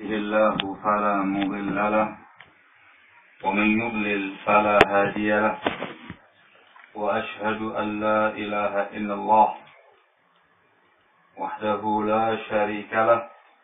يهده الله فلا مضل له ومن يضلل فلا هادي له وأشهد أن لا إله إلا الله وحده لا شريك له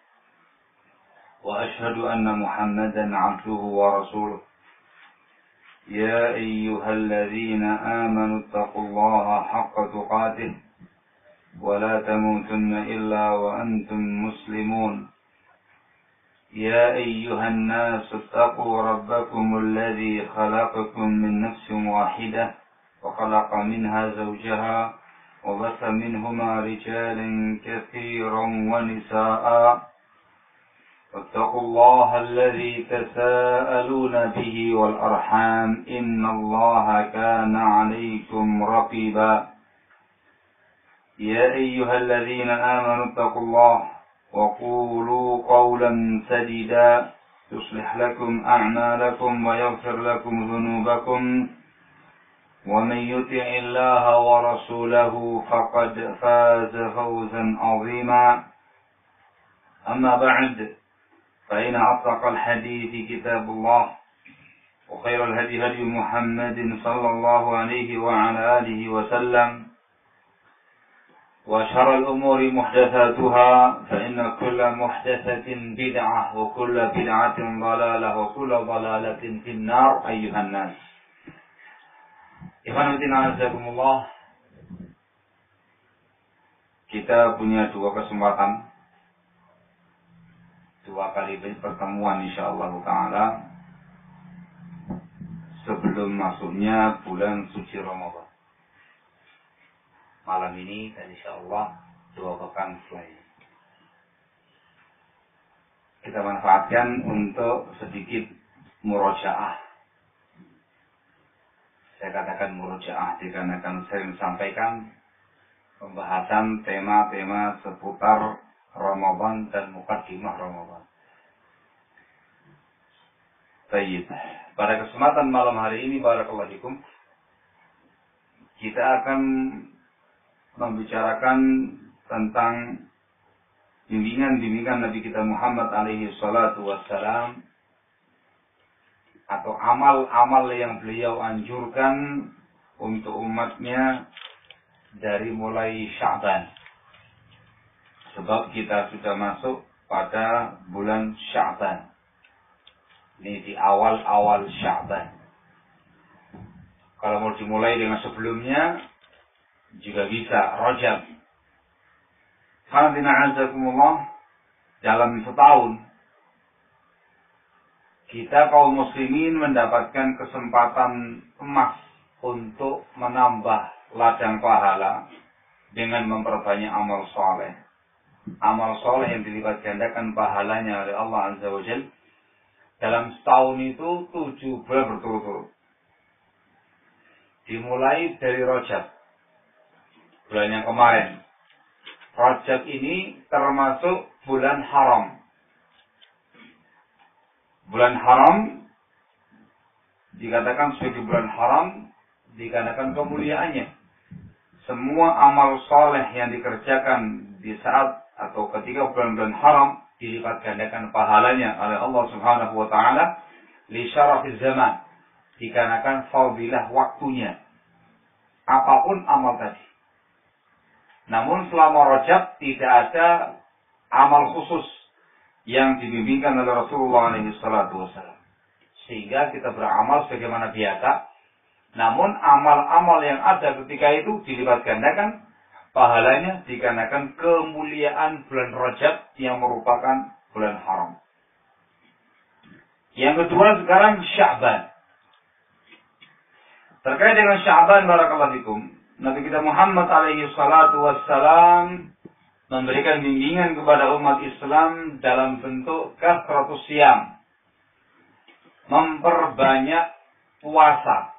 وأشهد أن محمدا عبده ورسوله يا أيها الذين آمنوا اتقوا الله حق تقاته ولا تموتن إلا وأنتم مسلمون يا أيها الناس اتقوا ربكم الذي خلقكم من نفس واحدة وخلق منها زوجها وبث منهما رجالا كثيرا ونساء واتقوا الله الذي تساءلون به والأرحام إن الله كان عليكم رقيبا يا أيها الذين آمنوا اتقوا الله وقولوا قولا سديدا يصلح لكم أعمالكم ويغفر لكم ذنوبكم ومن يطع الله ورسوله فقد فاز فوزا عظيما أما بعد فإن أصدق الحديث كتاب الله وخير الهدي هدي محمد صلى الله عليه وعلى آله وسلم وشر الأمور محدثاتها فإن كل محدثة بدعة وكل بدعة ضلالة وكل ضلالة في النار أيها الناس. Ikhwanuddin azakumullah. Kita punya dua kesempatan, dua kali pertemuan insyaallah taala sebelum masuknya bulan suci Ramadan. Malam ini dan insyaallah 2 pekan setelah ini kita manfaatkan untuk sedikit murojaah. Saya katakan murojaah dikarenakan saya sampaikan pembahasan tema-tema seputar Ramadan dan mukaddimah Ramadan. Baik, pada kesempatan malam hari ini barakallahu fikum kita akan membicarakan tentang bimbingan Nabi kita Muhammad alaihi salatu wassalam atau amal-amal yang beliau anjurkan untuk umatnya dari mulai Sya'ban. Sebab kita sudah masuk pada bulan Sya'ban. Ini di awal-awal Sya'ban. Kalau mau dimulai dengan sebelumnya juga bisa, Rajab. Alhamdulillah, dalam setahun kita kaum muslimin mendapatkan kesempatan emas untuk menambah ladang pahala dengan memperbanyak amal soleh. Amal soleh yang dilipat gandakan pahalanya oleh Allah Azza wa Jalla dalam setahun itu 7 bulan berturut-turut. Dimulai dari Rajab, bulan yang kemarin. Rajab ini termasuk bulan haram. Bulan haram dikatakan sebagai bulan haram dikarenakan kemuliaannya. Semua amal soleh yang dikerjakan di saat atau ketika bulan-bulan haram dilipat gandakan pahalanya oleh Allah Subhanahu wa taala li syarafiz zaman, dikarenakan fadilah waktunya. Apapun amal tadi. Namun selama Rajab tidak ada amal khusus yang dibimbingkan oleh Rasulullah SAW. Sehingga kita beramal sebagaimana biasa. Namun amal-amal yang ada ketika itu dilipat gandakan pahalanya dikarenakan kemuliaan bulan Rajab yang merupakan bulan haram. Yang kedua sekarang Sya'ban. Terkait dengan Sya'ban barakallahu fikum, Nabi kita Muhammad alaihi salatu wassalam memberikan bimbingan kepada umat Islam dalam bentuk kasratus siyam. Memperbanyak puasa.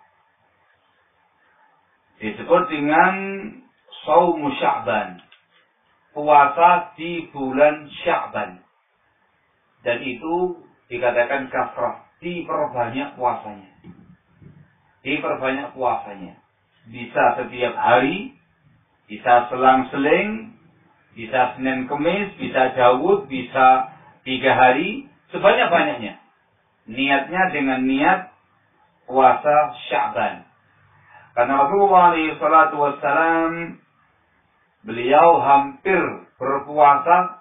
Disebut dengan Shaumu Sya'ban. Puasa di bulan Sya'ban. Dan itu dikatakan kasrah. Diperbanyak puasanya. Diperbanyak puasanya. Bisa setiap hari, bisa selang-seling, bisa Senin Kemis, bisa Daud, bisa 3 hari, sebanyak-banyaknya. Niatnya dengan niat puasa Sya'ban. Karena Rasulullah SAW beliau hampir berpuasa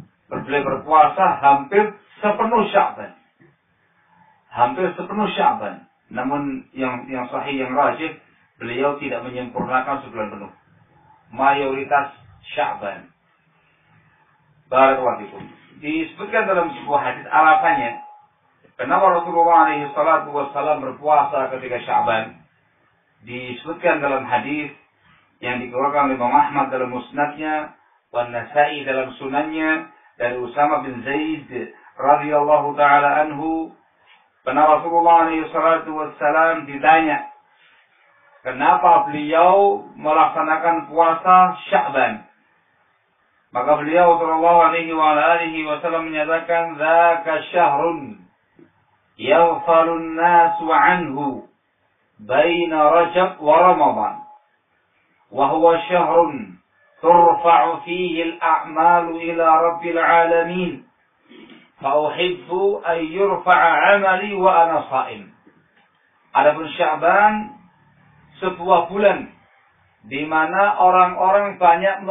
hampir sepenuh Sya'ban. Hampir sepenuh Sya'ban. Namun yang sahih, yang rajih, beliau tidak menyempurnakan sebulan penuh. Mayoritas Sya'ban. Barakallahu fikum. Disebutkan dalam sebuah hadis alasannya kenapa Rasulullah SAW berpuasa ketika Sya'ban. Disebutkan dalam hadis yang dikeluarkan oleh Imam Ahmad dalam musnadnya, Wan Nasa'i dalam sunannya, dari Usama bin Zaid radhiyallahu taala anhu, pernah Rasulullah SAW ditanya kenapa beliau melaksanakan puasa Sya'ban. Maka beliau SAW menyatakan, "Dzaka syahrun yaghfalun nasu anhu baina Rajab wa Ramadan. Wa huwa syahrun turfa'u fihi al-a'malu ila Rabbil alamin. Fa'uhibbu an yurfa'a 'amali wa ana sha'im." Adapun Sya'ban sebuah bulan di mana orang-orang banyak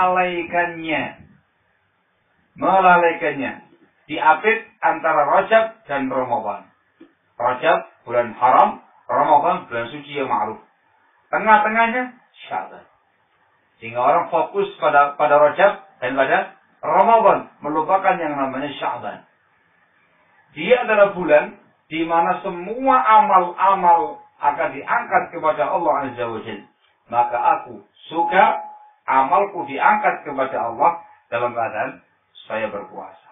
melalaikannya. Diapit antara Rajab dan Ramadan. Rajab bulan haram, Ramadan bulan suci yang ma'ruf. Tengah-tengahnya Sya'ban. Sehingga orang fokus pada Rajab dan pada Ramadan, melupakan yang namanya Sya'ban. Dia adalah bulan di mana semua amal-amal akan diangkat kepada Allah Azza wa Jalla. Maka aku suka amalku diangkat kepada Allah dalam keadaan saya berpuasa.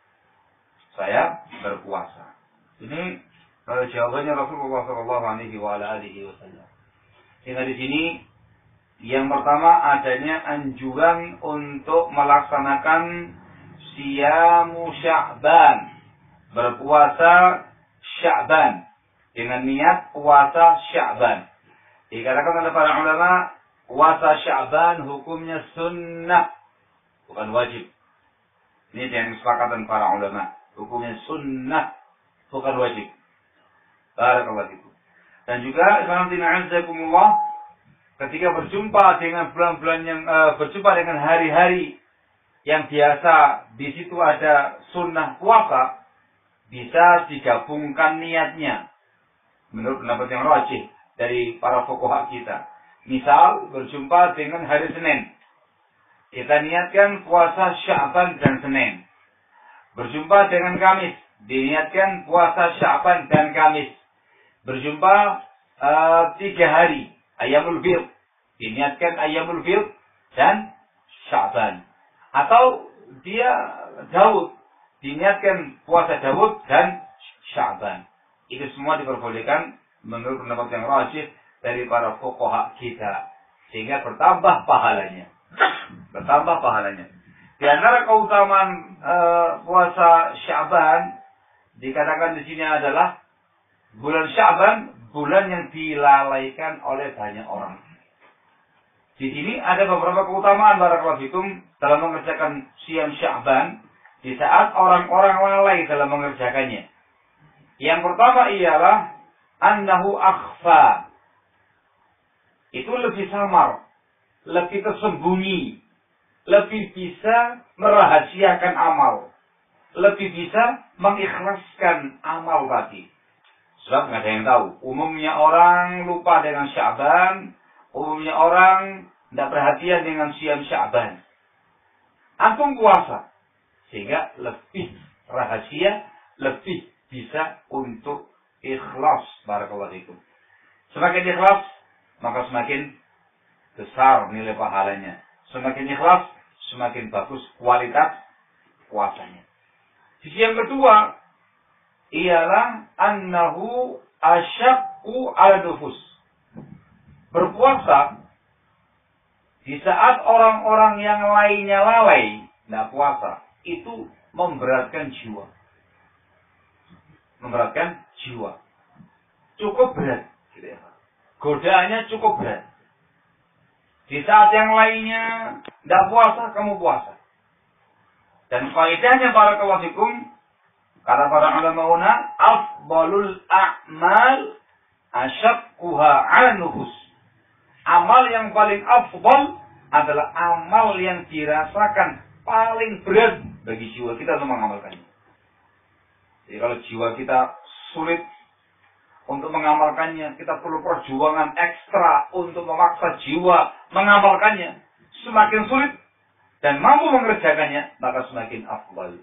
Ini jawabannya Rasulullah SAW. Sehingga di sini yang pertama adanya anjuran untuk melaksanakan siyamu Sya'ban, berpuasa Sya'ban dengan niat puasa Sya'ban. Dikatakan oleh para ulama, puasa Sya'ban hukumnya sunnah, bukan wajib. Ini yang kesepakatan para ulama. Hukumnya sunnah, bukan wajib. Barakallahu fikum. Dan juga, ketika berjumpa dengan bulan-bulan yang berjumpa dengan hari-hari yang biasa di situ ada sunnah puasa, bisa digabungkan niatnya. Menurut pendapat yang rajih dari para fuqaha kita. Misal berjumpa dengan hari Senin, kita niatkan puasa Sya'ban dan Senin. Berjumpa dengan Kamis, diniatkan puasa Sya'ban dan Kamis. Berjumpa 3 hari, Ayyamul Bid, diniatkan Ayyamul Bid dan Sya'ban. Atau dia Daud, diniatkan puasa Daud dan Sya'ban. Itu semua diperbolehkan menurut pendapat yang rajih dari para fuqaha kita, sehingga bertambah pahalanya. Di antara keutamaan puasa Sya'ban dikatakan di sini adalah bulan Sya'ban, bulan yang dilalaikan oleh banyak orang. Di sini ada beberapa keutamaan barakallahu fikum dalam mengerjakan siam Sya'ban di saat orang-orang lalai dalam mengerjakannya. Yang pertama ialah annahu akhfa. Itu lebih samar, lebih tersembunyi, lebih bisa merahasiakan amal, lebih bisa mengikhlaskan amal tadi. Sebab nggak ada yang tahu. Umumnya orang lupa dengan Sya'ban, umumnya orang tidak perhatian dengan siam Sya'ban. Antum puasa, sehingga lebih rahasia, lebih bisa untuk ikhlas. Barakallahu fikum. Semakin ikhlas, maka semakin besar nilai pahalanya. Semakin ikhlas, semakin bagus kualitas puasanya. Sisi yang kedua ialah annahu asyaqqu 'ala nufus. Berpuasa di saat orang-orang yang lainnya lalai, tidak puasa, itu memberatkan jiwa. Cukup berat. Godaannya cukup berat. Di saat yang lainnya tidak puasa, kamu puasa. Dan faedahnya barakallahu fikum, Kata para ulama, afdalul a'mal asyaqquha 'ala nufus. Amal yang paling afdal adalah amal yang dirasakan paling berat bagi jiwa kita untuk mengamalkannya. Jadi kalau jiwa kita sulit untuk mengamalkannya, kita perlu perjuangan ekstra untuk memaksa jiwa mengamalkannya. Semakin sulit dan mampu mengerjakannya, maka semakin afdal.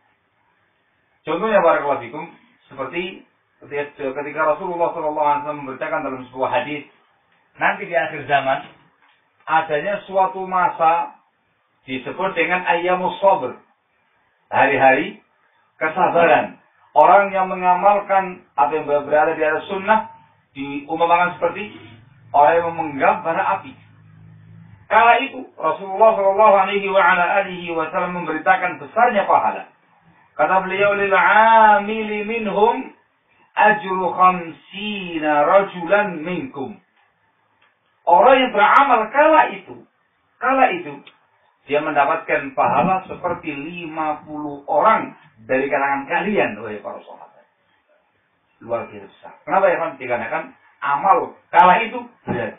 Contohnya barakallahu fikum, seperti ketika Rasulullah SAW memberitakan dalam sebuah hadis, nanti di akhir zaman adanya suatu masa disebut dengan ayyamus sabr, hari-hari kesabaran. Orang yang mengamalkan atau yang berada di atas sunnah diumpamakan seperti orang yang memegang bara api. Kala itu Rasulullah SAW memberitakan besarnya pahala. Kata beliau, lil amili minhum ajru 50 rajulan minkum. Orang yang beramal kala itu dia mendapatkan pahala seperti 50 orang dari kalangan kalian, wahai para sahabat. Luar biasa. Kenapa ya, Pak? Dikarenakan amal kala itu berat.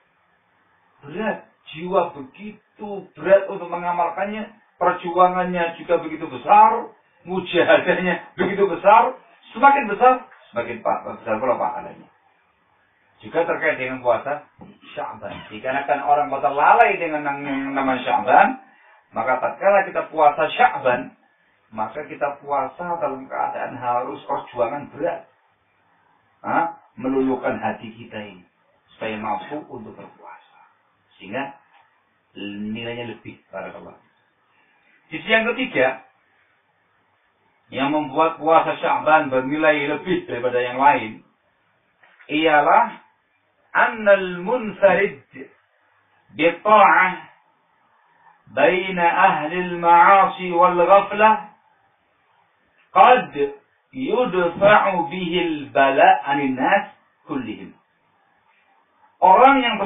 Berat. Jiwa begitu berat untuk mengamalkannya. Perjuangannya juga begitu besar. Mujahadahnya begitu besar. Semakin besar, semakin besar pula pahalanya. Juga terkait dengan puasa Sya'ban. Dikarenakan orang pada lalai dengan nama Sya'ban, maka tatkala kita puasa Sya'ban, maka kita puasa dalam keadaan harus perjuangan berat. Meluluhkan hati kita ini supaya mampu untuk berpuasa. Sehingga nilainya lebih. Barakallah. Sisi yang ketiga, yang membuat puasa Sya'ban bernilai lebih daripada yang lain, ialah annal munfarid bitta'ah baina ahli al-ma'asi wal ghaflah qad yudfa'u bihi al-bala' 'anil nas kullihim. Orang yang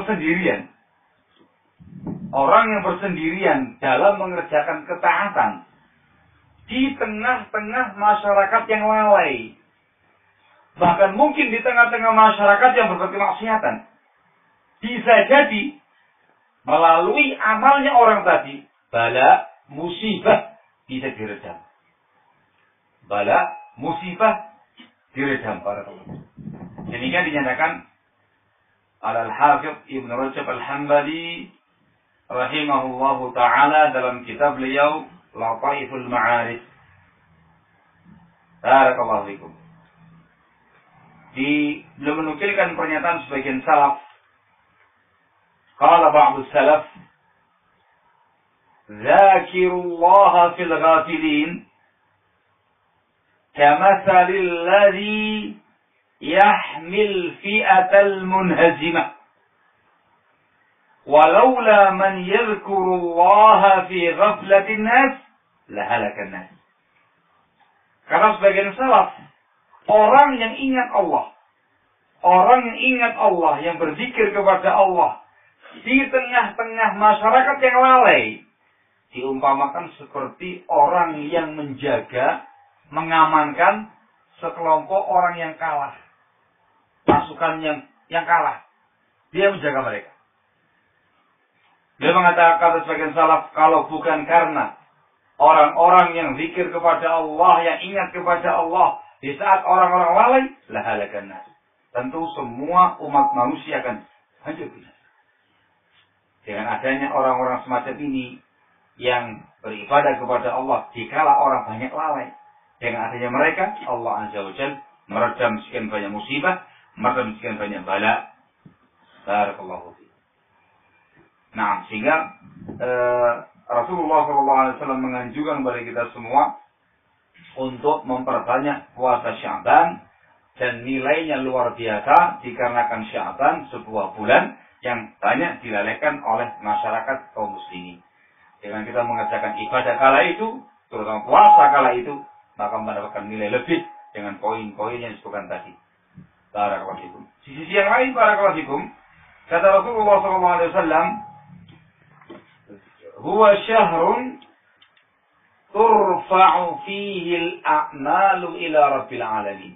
bersendirian dalam mengerjakan ketaatan di tengah-tengah masyarakat yang lalai, bahkan mungkin di tengah-tengah masyarakat yang berbuat kemaksiatan, bisa jadi melalui amalnya orang tadi, bala, musibah bisa diredam. Bala, musibah diredam para teman. Demikian dinyatakan Al-Hafidz Ibnu Rajab Al-Hambali rahimahullahu taala dalam kitab beliau Lataiful Ma'arif. Barakallahu fikum. Beliau menukilkan pernyataan sebagian salaf. Qala ba'du salaf, "Dzakirullaha fil ghafilin kamathalil ladzi yahmil fi'atal munhazimah. Walaula man yadhkurullaha fi ghaflatin nas lahalakan nas." Karena sebagian salaf, orang yang ingat Allah, yang berzikir kepada Allah di tengah-tengah masyarakat yang lalai, diumpamakan seperti orang yang menjaga, mengamankan sekelompok orang yang kalah, pasukan yang kalah. Dia menjaga mereka. Dia mengatakan sebagian salaf, kalau bukan karena orang-orang yang zikir kepada Allah, yang ingat kepada Allah di saat orang-orang lalai, lahalakan nas. Tentu semua umat manusia akan hancur binasa. Dengan adanya orang-orang semacam ini yang beribadah kepada Allah dikala orang banyak lalai, dengan adanya mereka, Allah Azza wa Jalla meredam sekian banyak musibah, meredam sekian banyak bala. Barakallahu fiik. Nah, sehingga Rasulullah SAW menganjurkan kepada kita semua untuk memperbanyak puasa Sya'ban, dan nilainya luar biasa dikarenakan Sya'ban sebuah bulan yang banyak dilalaikan oleh masyarakat kaum muslimin. Dengan kita mengerjakan ibadah kala itu, terutama puasa kala itu, maka mendapatkan nilai lebih dengan poin-poin yang disebutkan tadi. Barakallahu fikum. Di sisi yang lain, barakallahu fikum, kata Rasulullah SAW, huwa syahrun turfa'u fihi al-a'malu ila rabbil alamin.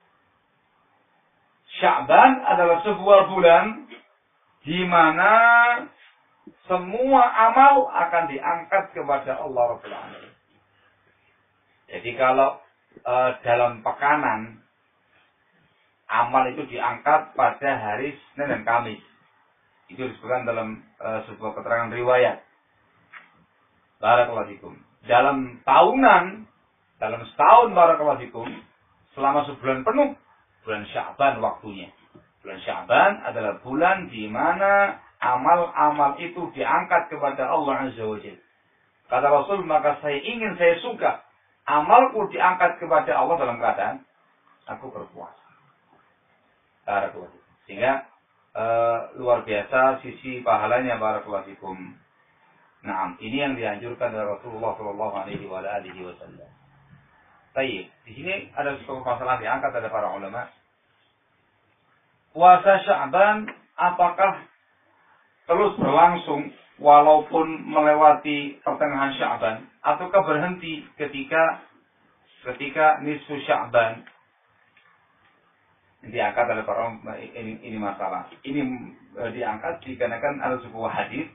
Sya'ban adalah sebuah bulan di mana semua amal akan diangkat kepada Allah Rabbul Alamin. Jadi kalau dalam pekanan amal itu diangkat pada hari Senin dan Kamis. Itu disebutkan dalam sebuah keterangan riwayat. Barakallahu fikum. Dalam tahunan, dalam setahun barakallahu fikum, selama sebulan penuh, bulan Sya'ban waktunya. Bulan Sya'ban adalah bulan di mana amal-amal itu diangkat kepada Allah Azza wa Jalla. Kata Rasul, maka saya suka amalku diangkat kepada Allah dalam keadaan aku berpuasa. Barakallahu fikum. Sehingga luar biasa sisi pahalanya barakallahu fikum. Nah, ini yang dianjurkan oleh Rasulullah Shallallahu Alaihi Wasallam. Baik, di sini ada sebuah masalah diangkat oleh para ulama. Puasa Sya'ban apakah terus berlangsung walaupun melewati pertengahan Sya'ban, ataukah berhenti ketika nisfu Sya'ban? Diangkat oleh para ulama, ini masalah. Ini diangkat dikarenakan ada sebuah hadis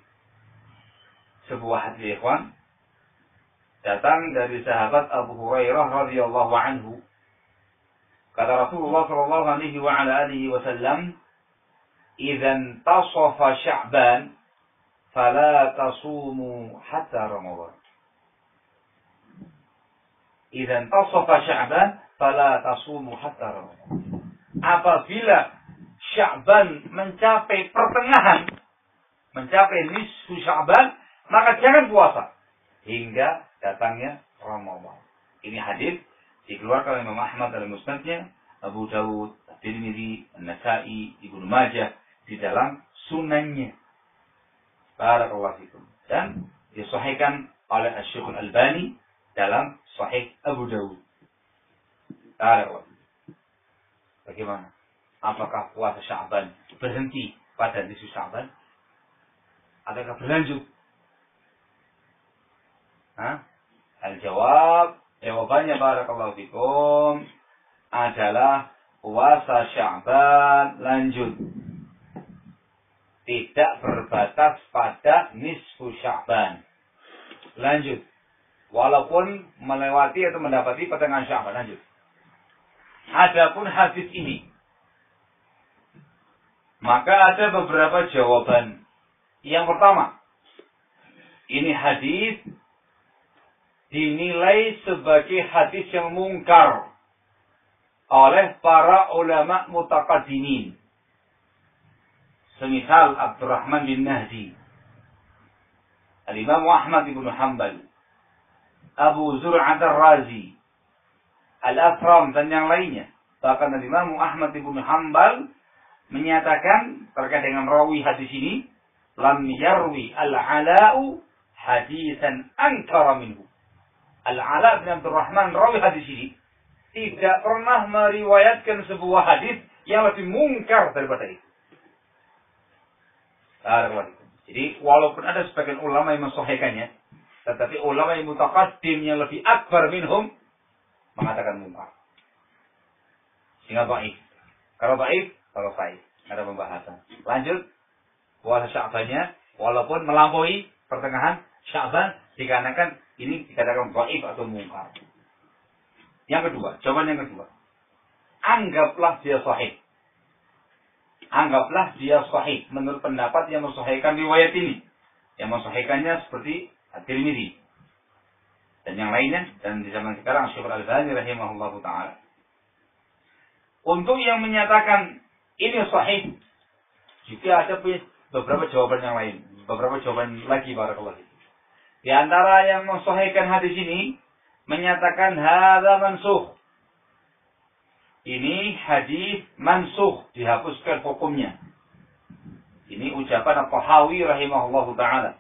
ikhwan datang dari sahabat Abu Hurairah radhiyallahu anhu. Kata Rasulullah sallallahu alaihi wasallam, "Idzan tasafa Sya'ban fala tasumu hatta Ramadan." Idzan tasafa Sya'ban fala tasumu hatta Ramadan. Apabila Sya'ban mencapai pertengahan, mencapai nisfu Sya'ban, maka jangan puasa hingga datangnya Ramadan. Ini hadis dikeluarkan oleh Imam Ahmad dalam Musnadnya, Abu Dawud, Tirmidzi, An-Nasa'i, Ibnu Majah di dalam sunannya. Barakallahu fikum. Dan disahihkan oleh Asy-Syaikh Al-Albani dalam Sahih Abu Dawud. Barakallahu. Bagaimana? Apakah puasa Sya'ban berhenti pada nisfu Sya'ban? Ataukah berlanjut? Jawabannya barakallahu fikum adalah puasa Sya'ban lanjut. Tidak berbatas pada nisfu Sya'ban. Lanjut. Walaupun melewati atau mendapati pertengahan Sya'ban, lanjut. Adapun hadis ini, maka ada beberapa jawaban. Yang pertama, ini hadis dinilai sebagai hadis yang mungkar oleh para ulama mutaqaddimin. Semisal Abdurrahman bin Mahdi, Al-Imam Ahmad bin Hanbal, Abu Zur'at Ar-Razi, Al-Athram dan yang lainnya. Bahkan Al-Imam Ahmad bin Hanbal menyatakan terkait dengan rawi hadis ini, lam yarwi al-Ala'u hadisan ankara minhu. Al-Ala' bin Abdurrahman rawi hadis ini tidak pernah meriwayatkan sebuah hadis yang lebih mungkar daripada itu. Jadi walaupun ada sebagian ulama yang mensahihkannya, tetapi ulama yang mutaqaddim yang lebih akbar minhum mengatakan mungkar. Sehingga dhaif. Kalau dhaif, kalau sahih, ada pembahasan. Lanjut, puasa Sya'bannya walaupun melampaui pertengahan Sya'ban dikarenakan ini dikatakan dhaif atau mungkar. Yang kedua, jawaban yang kedua. Anggaplah dia sahih. Anggaplah dia sahih menurut pendapat yang mensahihkan riwayat ini. Yang mensahihkannya seperti At-Tirmidzi dan yang lainnya, dan di zaman sekarang Syekh Al-Albani rahimahullahu taala. Untuk yang menyatakan ini sahih, juga ada beberapa jawaban yang lain, beberapa jawaban lagi barakallahu. Di antara yang mensahihkan hadis ini menyatakan hadza mansukh. Ini hadis mansukh, dihapuskan hukumnya. Ini ucapan At-Tahawi rahimahullahu taala.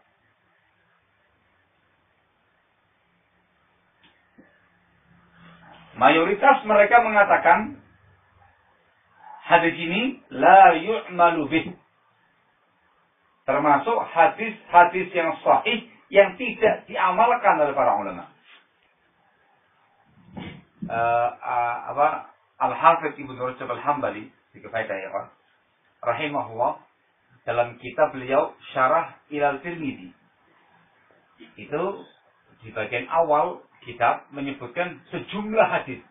Mayoritas mereka mengatakan hadis ini la yu'malu bih. Termasuk hadis-hadis yang sahih yang tidak diamalkan oleh para ulama. Al-Hafidz Ibnu Rajab Al-Hambali di Faedah ya Pak, rahimahullah, dalam kitab beliau Syarah Ilal Tirmidzi, itu di bagian awal kitab menyebutkan sejumlah hadis.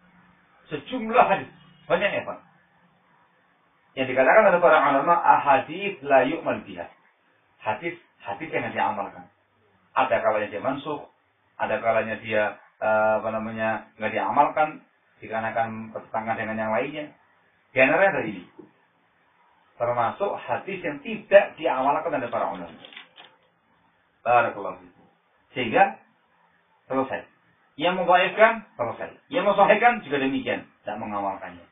Banyak ya Pak. Yang dikatakan oleh para ulama, ahadits la yu'mal biha. Hadis yang diamalkan. Ada kalanya dia mansukh, ada kalanya dia nggak diamalkan dikarenakan bertentangan dengan yang lainnya. Di antaranya ada ini. Termasuk hadis yang tidak diamalkan oleh para ulama. Barakallahu fikum. Sehingga selesai. Yang membaikkan selesai. Yang mensahihkan juga demikian, tidak mengamalkannya.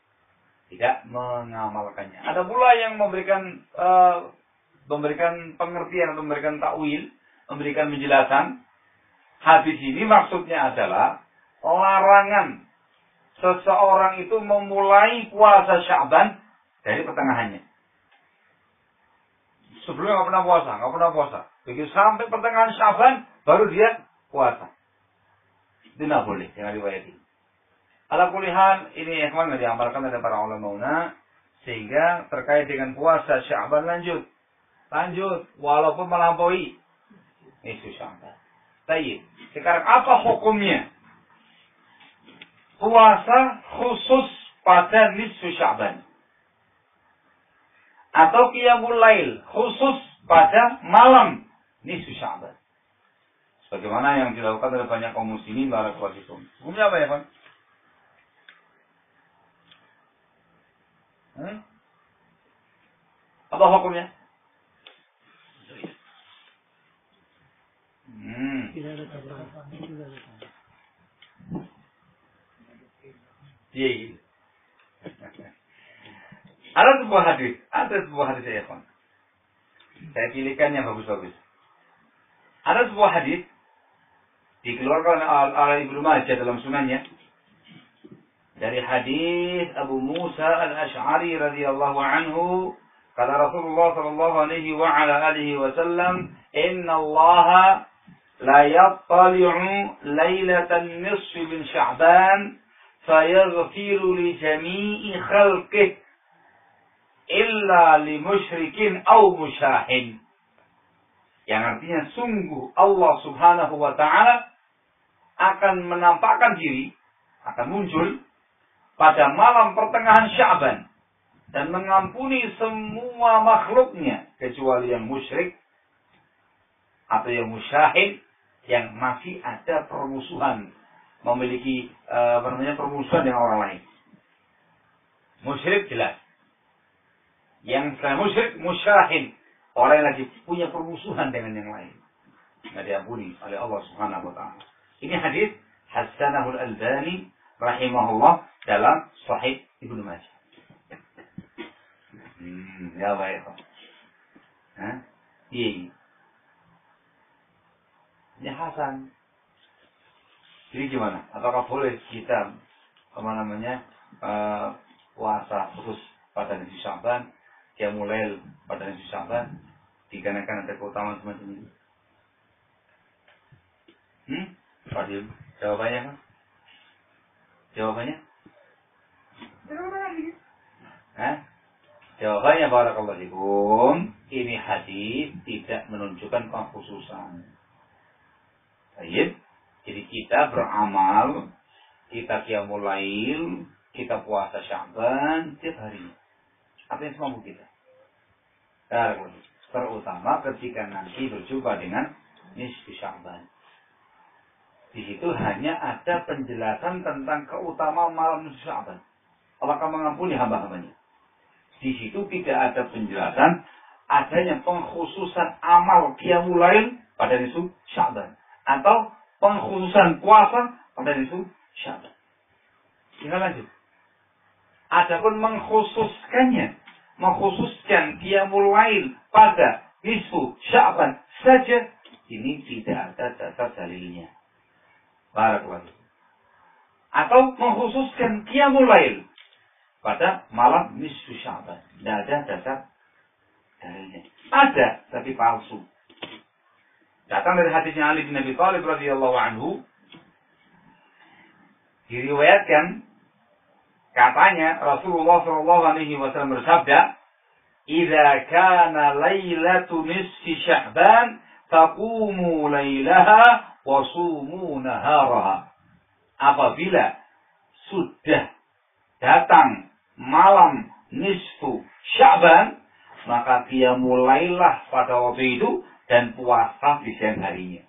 Ada pula yang memberikan pengertian atau memberikan takwil, memberikan penjelasan. Hadis ini maksudnya adalah larangan seseorang itu memulai puasa Sya'ban dari pertengahannya. Sebelumnya nggak pernah puasa. Begitu sampai pertengahan Sya'ban baru dia puasa. Itu tidak boleh, jangan riwayat ini. Ala kulihan, ini ikhwan yang diamalkan oleh para ulama, sehingga terkait dengan puasa Sya'ban lanjut, walaupun melampaui nisfu Sya'ban. Baik, sekarang apa hukumnya? Puasa khusus pada nisfu Sya'ban, atau qiyamul lail khusus pada malam nisfu Sya'ban, sebagaimana yang dilakukan oleh banyak kaum muslimin barakallahu fikum. Hukumnya apa ya, Pak? Apa hukumnya? Tidak ada tabrakan. Iya. Ada sebuah hadis ya, Pak. Saya pilihkan yang bagus-bagus. Ada sebuah hadis dikeluarkan oleh Ibnu Majah dalam sunannya dari hadis Abu Musa Al-Asy'ari radhiyallahu anhu, kata Rasulullah sallallahu alaihi wa ala alihi wasallam, "Inna Allah la yattali'u lailatan nisfi min Sya'ban fayaghfiru li jami'i khalqihi illa li musyrikin aw musyahin." Yang artinya sungguh Allah Subhanahu wa taala akan menampakkan diri, akan muncul pada malam pertengahan Sya'ban dan mengampuni semua makhluknya kecuali yang musyrik atau yang musyahid, yang masih ada permusuhan, memiliki permusuhan dengan orang lain. Musyrik jelas. Yang selain musyrik, musyahid, orang yang lagi punya permusuhan dengan yang lain, nggak diampuni oleh Allah Subhanahu wa taala. Ini hadis Hasanahul Albani rahimahullah dalam Sahih Ibnu Majah. Ya baik. Iya. Ini Hasan. Jadi gimana? Apakah boleh kita puasa khusus pada nisfu Sya'ban, qiyamul lail pada nisfu Sya'ban, dikarenakan ada keutamaan semacam ini? Fadil, jawabannya kan? Jawabannya barakallahu fikum, ini hadis tidak menunjukkan pengkhususan. Baik. Jadi kita beramal, kita qiyamul lail, kita puasa Sya'ban setiap hari. Apa yang semampu kita. Terutama ketika nanti berjumpa dengan nisfu Sya'ban. Di situ hanya ada penjelasan tentang keutamaan malam nisfu Sya'ban. Allah akan mengampuni hamba-hambanya. Di situ tidak ada penjelasan adanya pengkhususan amal qiyamul lail pada nisfu Sya'ban atau pengkhususan puasa pada nisfu Sya'ban. Kita lanjut. Adapun mengkhususkan qiyamul lail pada nisfu Sya'ban saja, ini tidak ada dasar dalilnya. Barakallahu. Atau mengkhususkan qiyamul lail pada malam nisfu Sya'ban, tidak ada dasar dalilnya. Ada, tapi palsu. Datang dari hadisnya Ali bin Abi Thalib radhiyallahu anhu, Diriwayatkan katanya Rasulullah Shallallahu Alaihi Wasallam bersabda, "Idza kana lailatu nisfi Sya'ban, taqumu lailaha wa sumu naharaha." Apabila sudah datang malam nisfu Sya'ban, maka dia mulailah pada waktu itu dan puasa di siang harinya.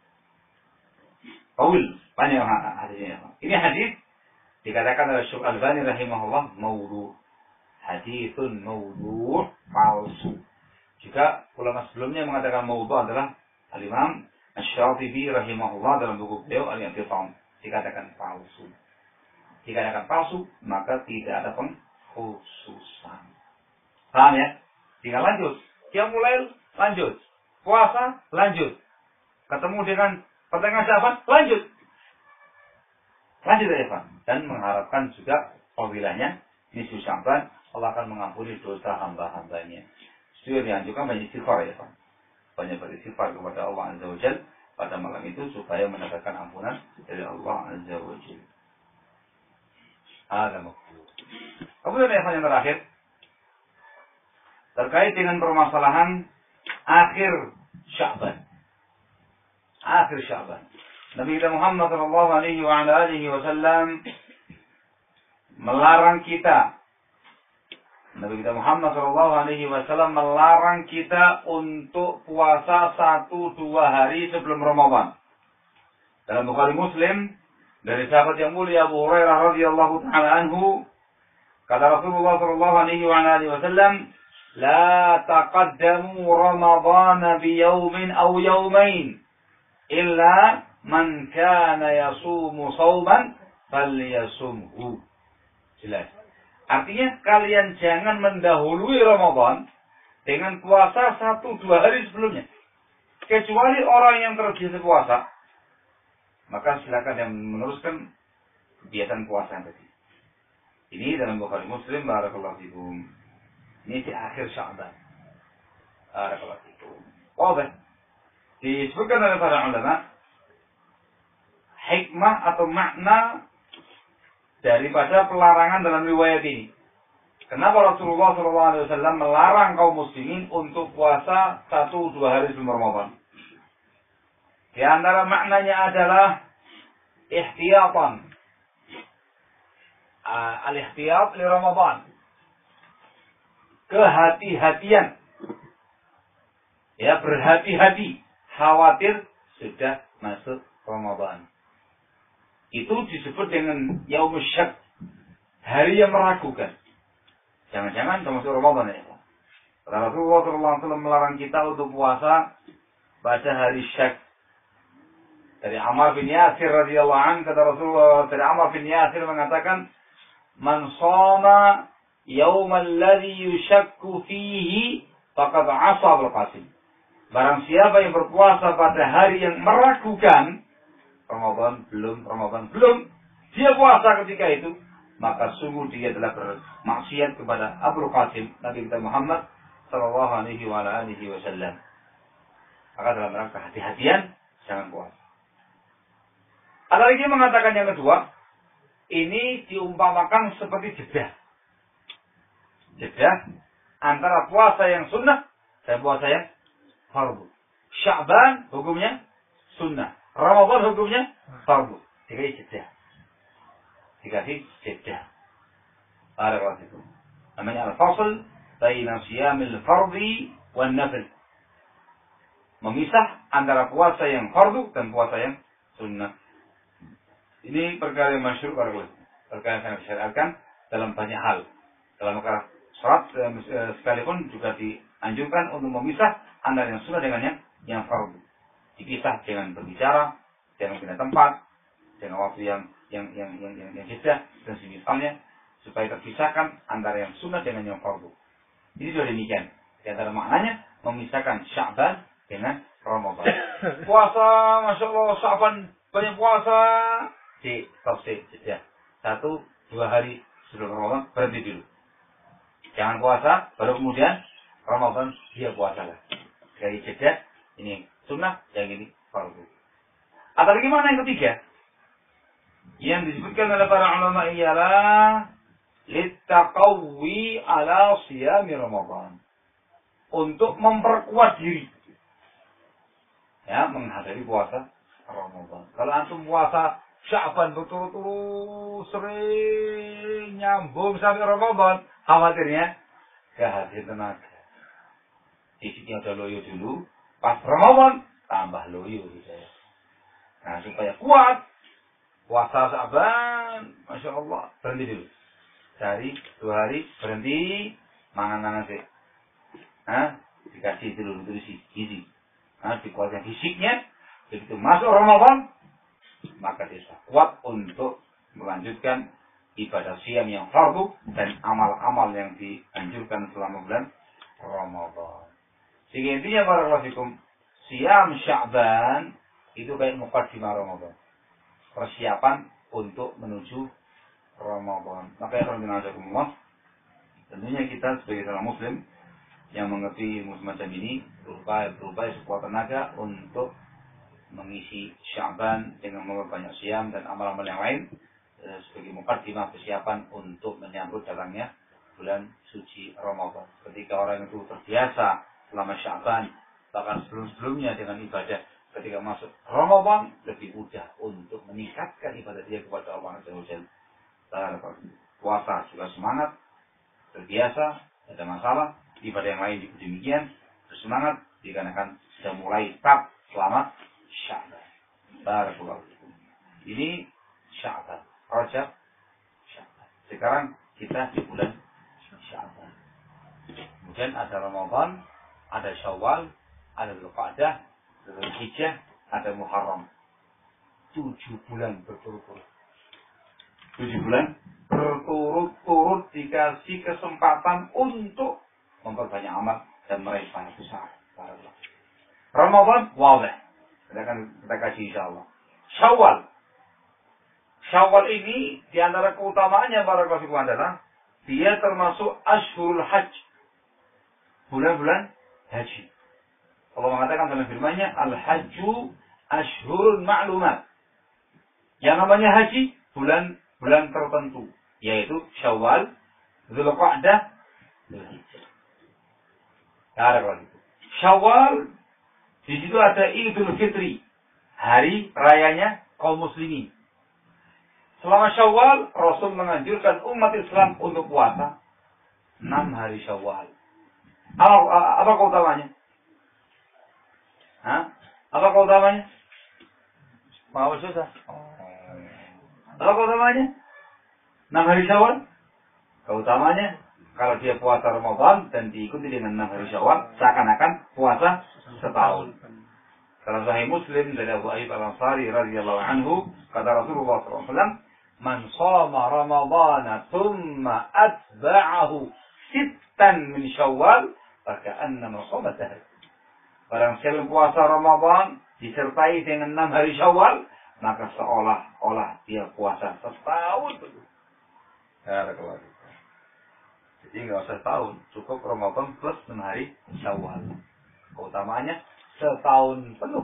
Panjang hadisnya. Ini hadis dikatakan oleh Syekh Al-Albani rahimahullah maudhu'. Haditsun maudhu', palsu. Juga ulama sebelumnya mengatakan maudhu' adalah Al-Imam Asy-Syatibi rahimahullah dalam buku beliau Al-I'tisam. Dikatakan palsu. Dikatakan palsu, maka tidak ada pengkhususan. Paham ya? Tinggal lanjut. Dia mulai lanjut. Puasa lanjut. Ketemu dengan pertengahan Sya'ban lanjut. Lanjut ya Pak. Dan mengharapkan juga fadilahnya nisfu Sya'ban, Allah akan mengampuni dosa hamba-hambanya. Itu dianjurkan banyak istighfar ya Pak. Banyak beristighfar kepada Allah Azza wa Jalla pada malam itu supaya mendapatkan ampunan dari Allah Azza wa Jalla. Ada maksud. Kemudian yang terakhir terkait dengan permasalahan akhir Sya'ban. Akhir Sya'ban. Nabi kita Muhammad sallallahu alaihi wasallam melarang kita. Nabi kita Muhammad sallallahu alaihi wasallam melarang kita untuk puasa 1-2 hari sebelum Ramadan. Dalam Bukhari Muslim dari sahabat yang mulia Abu Hurairah radhiyallahu taala anhu, kata Rasulullah sallallahu alaihi wasallam, "La taqaddamu Ramadan bi yawmin aw yawmain illa man kana yasumu sauman falyasumhu." Jelas. Artinya kalian jangan mendahului Ramadan dengan puasa 1-2 hari sebelumnya. Kecuali orang yang terbiasa puasa, maka silakan yang meneruskan kebiasaan puasa tadi. Ini dalam Bukhari Muslim, barakallahu fikum. Ini di akhir Sya'ban. Barakallahu fikum. Wadah. Disebutkan oleh para ulama hikmah atau makna daripada pelarangan dalam riwayat ini. Kenapa Rasulullah SAW melarang kaum muslimin untuk puasa 1-2 hari sebelum Ramadan? Di antara maknanya adalah ihtiyatan. Al-ihtiyat li Ramadan. Kehati-hatian. Ya, berhati-hati. Khawatir sudah masuk Ramadan. Itu disebut dengan Yaumus Syak, hari yang meragukan. Jangan-jangan termasuk Ramadan ya. Kata Rasulullah SAW melarang kita untuk puasa pada hari Syak. Dari Ammar bin Yasir radhiyallahu anhu, kata Rasulullah, dari Ammar bin Yasir mengatakan, "Man shoma yaumal ladzi yushakku fihi faqad 'asa bil qasim." Barang siapa yang berpuasa pada hari yang meragukan, Ramadan belum, dia puasa ketika itu, maka sungguh dia telah bermaksiat kepada Abul Qasim, Nabi kita Muhammad sallallahu alaihi wasallam. Maka dalam rangka hati-hatian, jangan puasa. Ada lagi mengatakan yang kedua, ini diumpamakan seperti jeda. Jeda antara puasa yang sunnah dan puasa yang fardu. Sya'ban hukumnya sunnah. Ramadan hukumnya fardu. Dikasih jeda. Dikasih jeda. Barakallahu fikum. Namanya al-fasl baina siyamil fardhi wan nafil. Memisah antara puasa yang fardu dan puasa yang sunnah. Ini perkara yang masyhur barakallahu. Perkara yang sangat disyariatkan dalam banyak hal. Dalam perkara salat sekalipun juga dianjurkan untuk memisah antara yang sunnah dengan yang fardu. Dipisah dengan berbicara, dengan pindah tempat, dengan waktu yang jeda dan semisalnya, supaya terpisahkan antara yang sunnah dengan yang fardu. Ini sudah demikian. Di antara maknanya memisahkan Sya'ban dengan Ramadan. Puasa, masya Allah, Sya'ban banyak puasa. Tafsir jeda. 1-2 hari sebelum Ramadan berhenti dulu. Jangan puasa, baru kemudian Ramadan dia puasalah. Dari jeda ini sunnah, yang ini fardu. Atau lagi mana yang ketiga? Yang disebutkan oleh para ulama ialah littaqawwi ala siyami Ramadan. Untuk memperkuat diri. Ya, menghadapi puasa Ramadan. Kalau antum puasa Sya'ban betul-betul sering nyambung sampai Ramadan, khawatirnya kehabisan tenaga. Fisiknya udah loyo dulu, pas Ramadan tambah loyo gitu ya. Nah, supaya kuat puasa Sya'ban, Masya Allah, berhenti dulu. Sehari, 2 hari, berhenti, mangan-mangan sih. Dikasih dulu nutrisi, gizi. Dikuatkan fisiknya, begitu masuk Ramadan, maka dia sudah kuat untuk melanjutkan ibadah siam yang fardu dan amal-amal yang dianjurkan selama bulan Ramadan. Sehingga intinya barakallahu fikum, siam Sya'ban itu kayak muqaddimah Ramadan. Persiapan untuk menuju Ramadan. Maka ya Allah, tentunya kita sebagai seorang muslim yang mengerti ilmu semacam ini berupaya sekuat tenaga untuk mengisi Sya'ban dengan memperbanyak siam dan amal-amal yang lain sebagai muqaddimah persiapan untuk menyambut datangnya bulan suci Ramadan. Ketika orang itu terbiasa selama Sya'ban, bahkan sebelum-sebelumnya dengan ibadah, ketika masuk Ramadan lebih mudah untuk meningkatkan ibadah dia kepada Allah Azza wa Jalla. Puasa juga semangat, terbiasa, ada masalah, ibadah yang lain juga demikian, bersemangat dikarenakan sudah mulai start selama Sya'ban. Barakallahu fikum. Ini Sya'ban, Rajab, Sya'ban. Sekarang kita di bulan Sya'ban. Kemudian ada Ramadan, ada Syawal, ada Dzulqa'dah, ada Dzulhijjah, ada Muharram. 7 bulan berturut-turut. 7 bulan berturut-turut dikasih kesempatan untuk memperbanyak amal dan meraih pahala besar. Ramadan, wadah. Kita kaji insyaAllah. Syawal ini diantara keutamaannya para kafiku adalah dia termasuk Ashhurul Hajj. Bulan-bulan haji. Allah mengatakan dalam firman-Nya, Al-Hajju Ashhurul Ma'lumat. Yang namanya haji, bulan tertentu. Yaitu Syawal, Dzulqa'dah, Dzulhijjah. Syawal, di situ ada Idul Fitri, hari rayanya kaum muslimin. Selama Syawal, Rasul menganjurkan umat Islam untuk puasa 6 hari Syawal. Apa keutamanya? Apa keutamanya? Mau susah? Apa keutamanya? 6 hari Syawal? Keutamanya, kalau dia puasa Ramadan dan diikuti dengan 6 hari Syawal, seakan-akan puasa setahun. Dalam Sahih Muslim dari Abu Ayyub Al-Ansari radhiyallahu anhu, kata Rasulullah SAW, "Man shama Ramadana thumma atba'ahu 6 min Syawal, faka'annama shama dahr." Barang siapa puasa Ramadan disertai dengan 6 hari Syawal, maka seolah-olah dia puasa setahun. Jadi nggak usah setahun, cukup Ramadan plus 6 hari Syawal. Keutamaannya setahun penuh.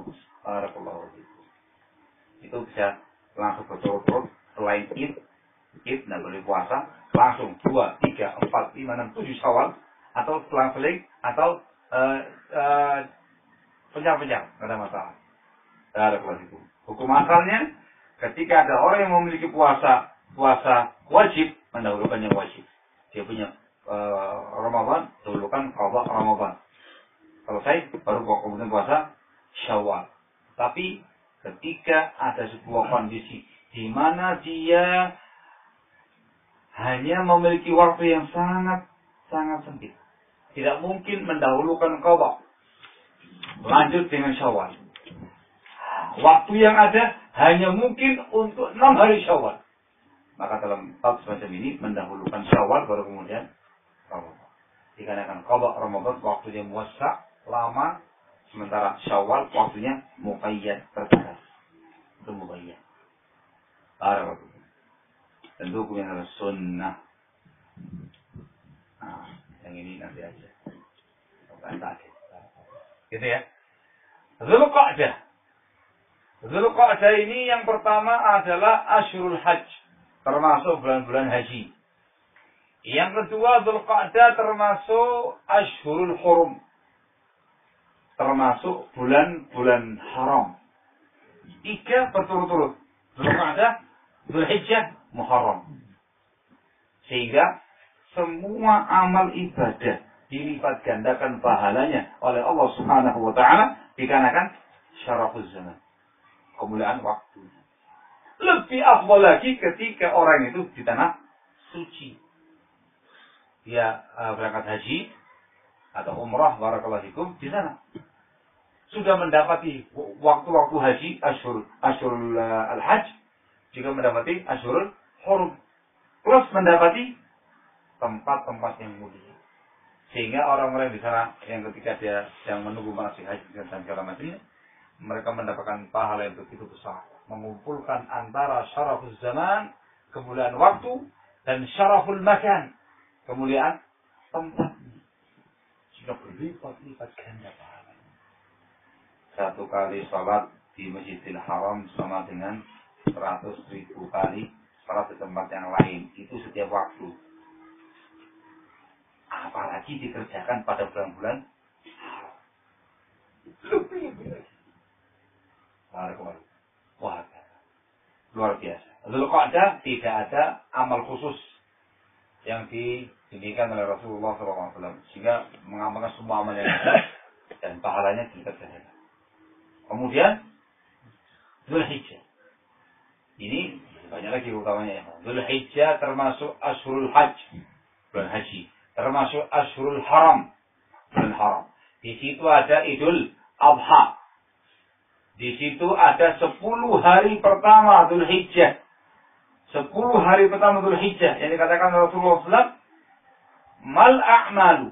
Itu bisa langsung berturut-turut selain Id dan boleh puasa langsung 2, 3, 4, 5, 6, 7 Syawal atau selang-seling atau pencar-pencar, nggak ada masalah. Hukum asalnya ketika ada orang yang memiliki puasa wajib, mendahulukan yang wajib. Dia punya Ramadan, dahulukan qada Ramadan. Selesai, baru kemudian puasa Syawal. Tapi ketika ada sebuah kondisi di mana dia hanya memiliki waktu yang sangat sempit, tidak mungkin mendahulukan qada, lanjut dengan Syawal. Waktu yang ada hanya mungkin untuk 6 hari Syawal. Maka dalam hal semacam ini mendahulukan Syawal baru kemudian Ramadan. Dikarenakan qada Ramadan waktunya muwassa, lama, sementara Syawal waktunya muqayyad, terbatas. Itu muqayyad. Tentu hukumnya adalah sunnah. Nah, yang ini nanti aja. Gitu ya. Dzulqa'dah Dzulqa'dah ini yang pertama adalah Asyurul Hajj, termasuk bulan-bulan haji. Yang kedua, Dzulqa'dah termasuk Asyhurul Hurum, termasuk bulan-bulan haram. 3 berturut-turut. Dzulqa'dah, Dzulhijjah, Muharram. Sehingga semua amal ibadah dilipat gandakan pahalanya oleh Allah Subhanahu wa taala dikarenakan syarafuz zaman, kemuliaan waktu. Lebih afdal lagi ketika orang itu di tanah suci. Dia berangkat haji atau umrah, barakallahu fikum, di sana sudah mendapati waktu-waktu haji, asyurul al-hajj, juga mendapati asyurul hurum, terus mendapati tempat-tempat yang mulia. Sehingga orang-orang di sana yang ketika dia yang menunggu manasik haji dan segala macamnya, mereka mendapatkan pahala yang begitu besar, mengumpulkan antara syarafuz zaman, kemuliaan waktu, dan syaraful makan, kemuliaan tempat. Sudah berlipat-lipat ganda pahalanya. 1 kali salat di Masjidil Haram sama dengan 100.000 kali salat di tempat yang lain. Itu setiap waktu. Apalagi dikerjakan pada bulan-bulan lebih lagi. Wah, luar biasa. Dzulqa'dah tidak ada amal khusus yang diberikan oleh Rasulullah SAW, sehingga mengamalkan semua amal yang ada dan pahalanya dikerjakan. Kemudian Dzulhijjah. Ini banyak lagi utamanya. Dzulhijjah termasuk Asyhurul Hajj, bulan haji. Termasuk Asyhurul Haram, bulan haram. Di situ ada Idul Adha. Di situ ada 10 hari pertama Dzulhijjah. 10 hari pertama Dzulhijjah yang dikatakan Rasulullah SAW, mal a'malu,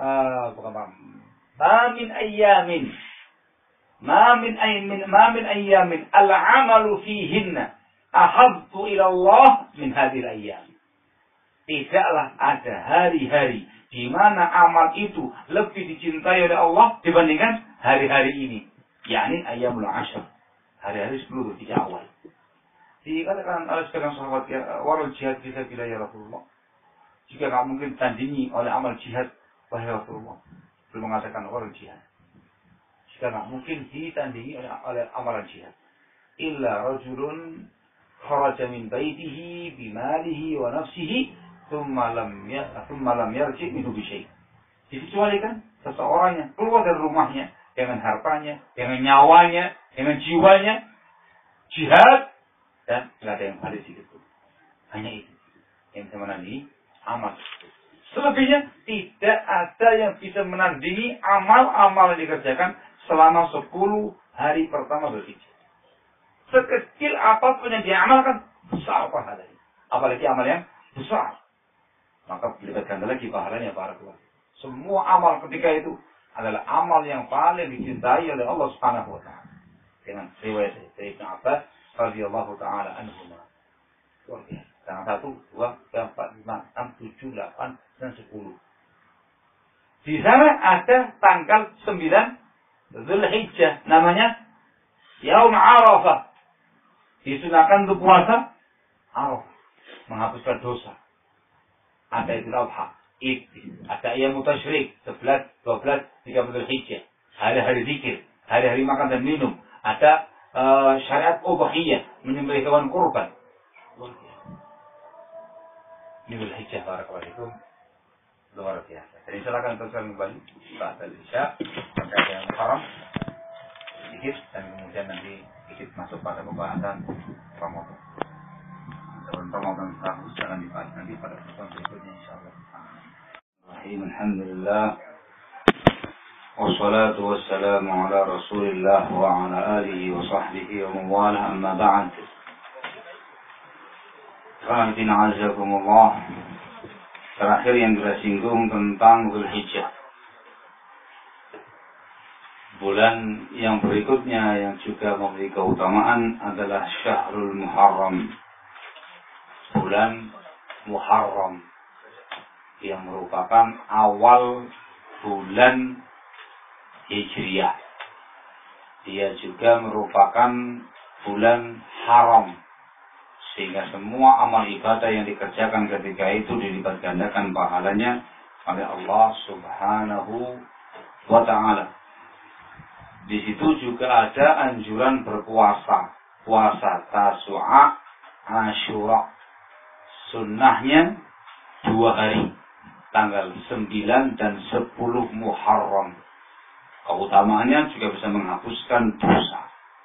ma min ayyamin al-'amalu fihinna ahabbu ila Allah min hadhil ayyam. Tidaklah ada hari-hari di mana amal itu lebih dicintai oleh Allah dibandingkan hari-hari ini, yakni ayyamul 'ashr, hari-hari 10 di awal. Dikatakan oleh sebagian sahabat, warul jihad fisabilillah ya Rasulullah, jika tidak mungkin tandingi oleh amal jihad, wahai Rasulullah. Belum mengatakan warul jihad, jika tidak mungkin ditandingi oleh amalan jihad, illa rajulun kharaja min baitihi bimalihi wa nafsihi thumma lam yarji' minhu bi syai'. Dikecualikan seseorang yang keluar dari rumahnya dengan hartanya, dengan nyawanya, dengan jiwanya, jihad, dan tidak ada yang balik sedikit pun. Hanya itu yang bisa menandingi amal. Selebihnya tidak ada yang bisa menandingi amal-amal yang dikerjakan selama 10 hari pertama Dzulhijjah. Sekecil apapun yang diamalkan, besar pahalanya. Apalagi amal yang besar, maka dilipat ganda lagi pahalanya para keluarga. Semua amal ketika itu adalah amal yang paling dicintai oleh Allah Subhanahu wa taala. Dengan riwayat dari Ibnu Abbas radhiyallahu taala anhu. Luar biasa. Tanggal 1, 2, 3, 4, 5, 6, 7, 8, dan 10. Di sana ada tanggal 9 Dzulhijjah, namanya Yaum Arafah. Disunahkan untuk puasa Arafah, menghapuskan dosa. Ada Idul Adha, ada Ayyamut Tasyrik, 11, 12, 13 Dzulhijjah, hari-hari zikir, hari-hari makan dan minum. Ada syariat udhiyah, menyembelih hewan kurban. Ini Dzulhijjah, barakallahu fikum, luar biasa. Jadi silakan teruskan kembali ba'da isya terkait yang haram sedikit, dan kemudian nanti sedikit masuk pada pembahasan Ramadan. Ramadan terus akan dibahas nanti pada pertemuan berikutnya insyaallah. Alhamdulillah. Wassalatu wassalamu ala Rasulillah wa ala alihi wa sahbihi wa mawalah, amma ba'd. Rahimana azakumullah. Terakhir yang kita singgung tentang Dzulhijjah. Bulan yang berikutnya yang juga memiliki keutamaan adalah Syahrul Muharram. Bulan Muharram yang merupakan awal bulan Hijriyah. Dia juga merupakan bulan haram. Sehingga semua amal ibadah yang dikerjakan ketika itu dilipat gandakan pahalanya oleh Allah Subhanahu wa ta'ala. Di situ juga ada anjuran berpuasa. Puasa Tasu'a, Asyura. Sunnahnya 2 hari. Tanggal 9 dan 10 Muharram. Keutamaannya juga bisa menghapuskan dosa.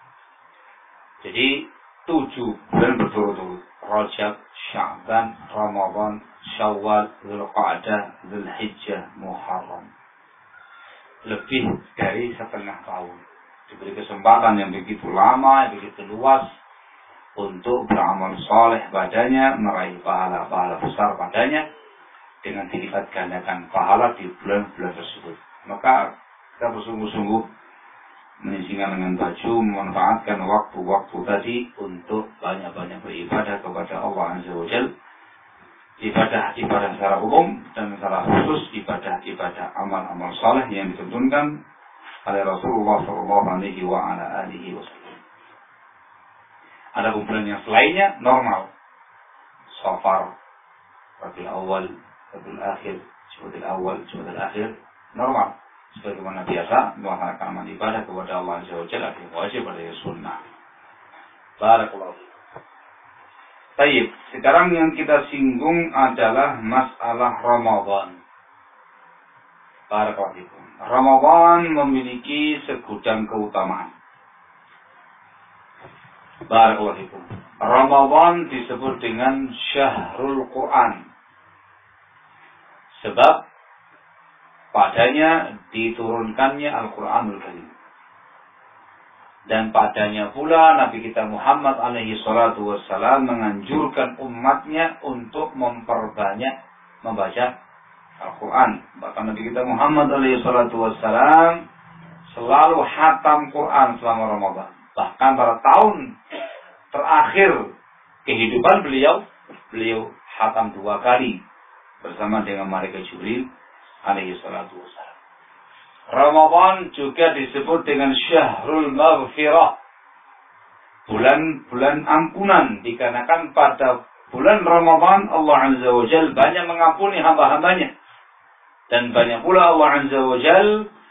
Jadi 7 bulan berturut-turut. Rajab, Sya'ban, Ramadan, Syawal, Dzulqa'dah, Dzulhijjah, Muharram. Lebih dari setengah tahun. Diberi kesempatan yang begitu lama, begitu luas untuk beramal saleh padanya, meraih pahala-pahala besar padanya dengan dilipat gandakan pahala di bulan-bulan tersebut. Maka kita bersungguh-sungguh menyisingkan dengan baju, memanfaatkan waktu-waktu tadi untuk banyak-banyak beribadah kepada Allah Azza wa Jalla. Ibadah-ibadah secara umum dan secara khusus ibadah-ibadah amal-amal saleh yang dituntunkan oleh Rasulullah SAW. Ada bulan yang selainnya normal. Safar, Rabiul Awal, Rabiul Akhir, Jumadil Awal, Jumadil Akhir, normal. Sebagaimana biasa melaksanakan amal ibadah kepada Allah Azza wa Jalla yang wajib pada sunnah. Barakallahu. Baik, sekarang yang kita singgung adalah masalah Ramadan. Barakallahu. Ramadan memiliki segudang keutamaan. Barakallahu. Ramadan disebut dengan Syahrul Quran. Sebab padanya diturunkannya Al-Quranul Karim. Dan padanya pula Nabi kita Muhammad alaihi salatu wassalam menganjurkan umatnya untuk memperbanyak membaca Al-Quran. Bahkan Nabi kita Muhammad alaihi salatu wassalam selalu khatam Quran selama Ramadan. Bahkan pada tahun terakhir kehidupan beliau khatam 2 kali bersama dengan malaikat Jibril alaihi salatu wassalam. Ramadan juga disebut dengan Syahrul Maghfirah. Bulan ampunan. Dikarenakan pada bulan Ramadan Allah Azza wa Jal banyak mengampuni hamba-hambanya. Dan banyak pula Allah Azza wa Jal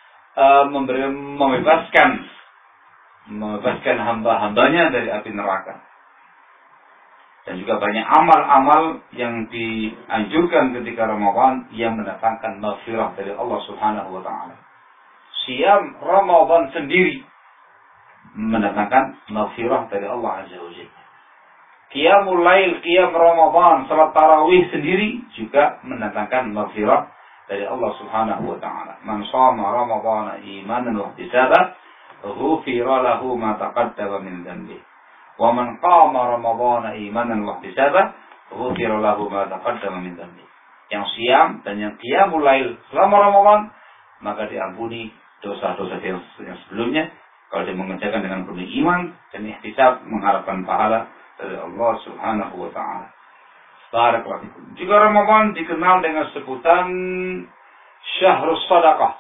membebaskan hamba-hambanya dari api neraka. Dan juga banyak amal-amal yang dianjurkan ketika Ramadan yang mendatangkan maghfirah dari Allah Subhanahu wa ta'ala. Siam Ramadan sendiri mendatangkan maghfirah dari Allah Azza wa Jalla. Qiyamul Lail, Qiyam Ramadan, salat tarawih sendiri juga mendatangkan maghfirah dari Allah Subhanahu wa ta'ala. Man shama Ramadan imanan wa ihtisaban, ghufira lahu ma taqaddama min dhanbihi. Wa man qama Ramadan imanan wa ihtisaban, ghufira lahu ma taqaddama min dhanbihi. Yang siam dan yang Qiyamul Lail selama Ramadan maka diampuni dosa-dosa yang sebelumnya kalau dia mengerjakan dengan penuh iman dan ihtisab mengharapkan pahala dari Allah Subhanahu wa ta'ala. Barakallahu. Juga Ramadan dikenal dengan sebutan Syahrul Sadaqah.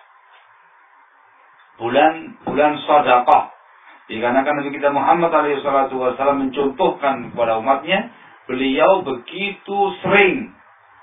Bulan sedekah. Dikarenakan Nabi kita Muhammad alaihi salatu wasallam mencontohkan kepada umatnya, beliau begitu sering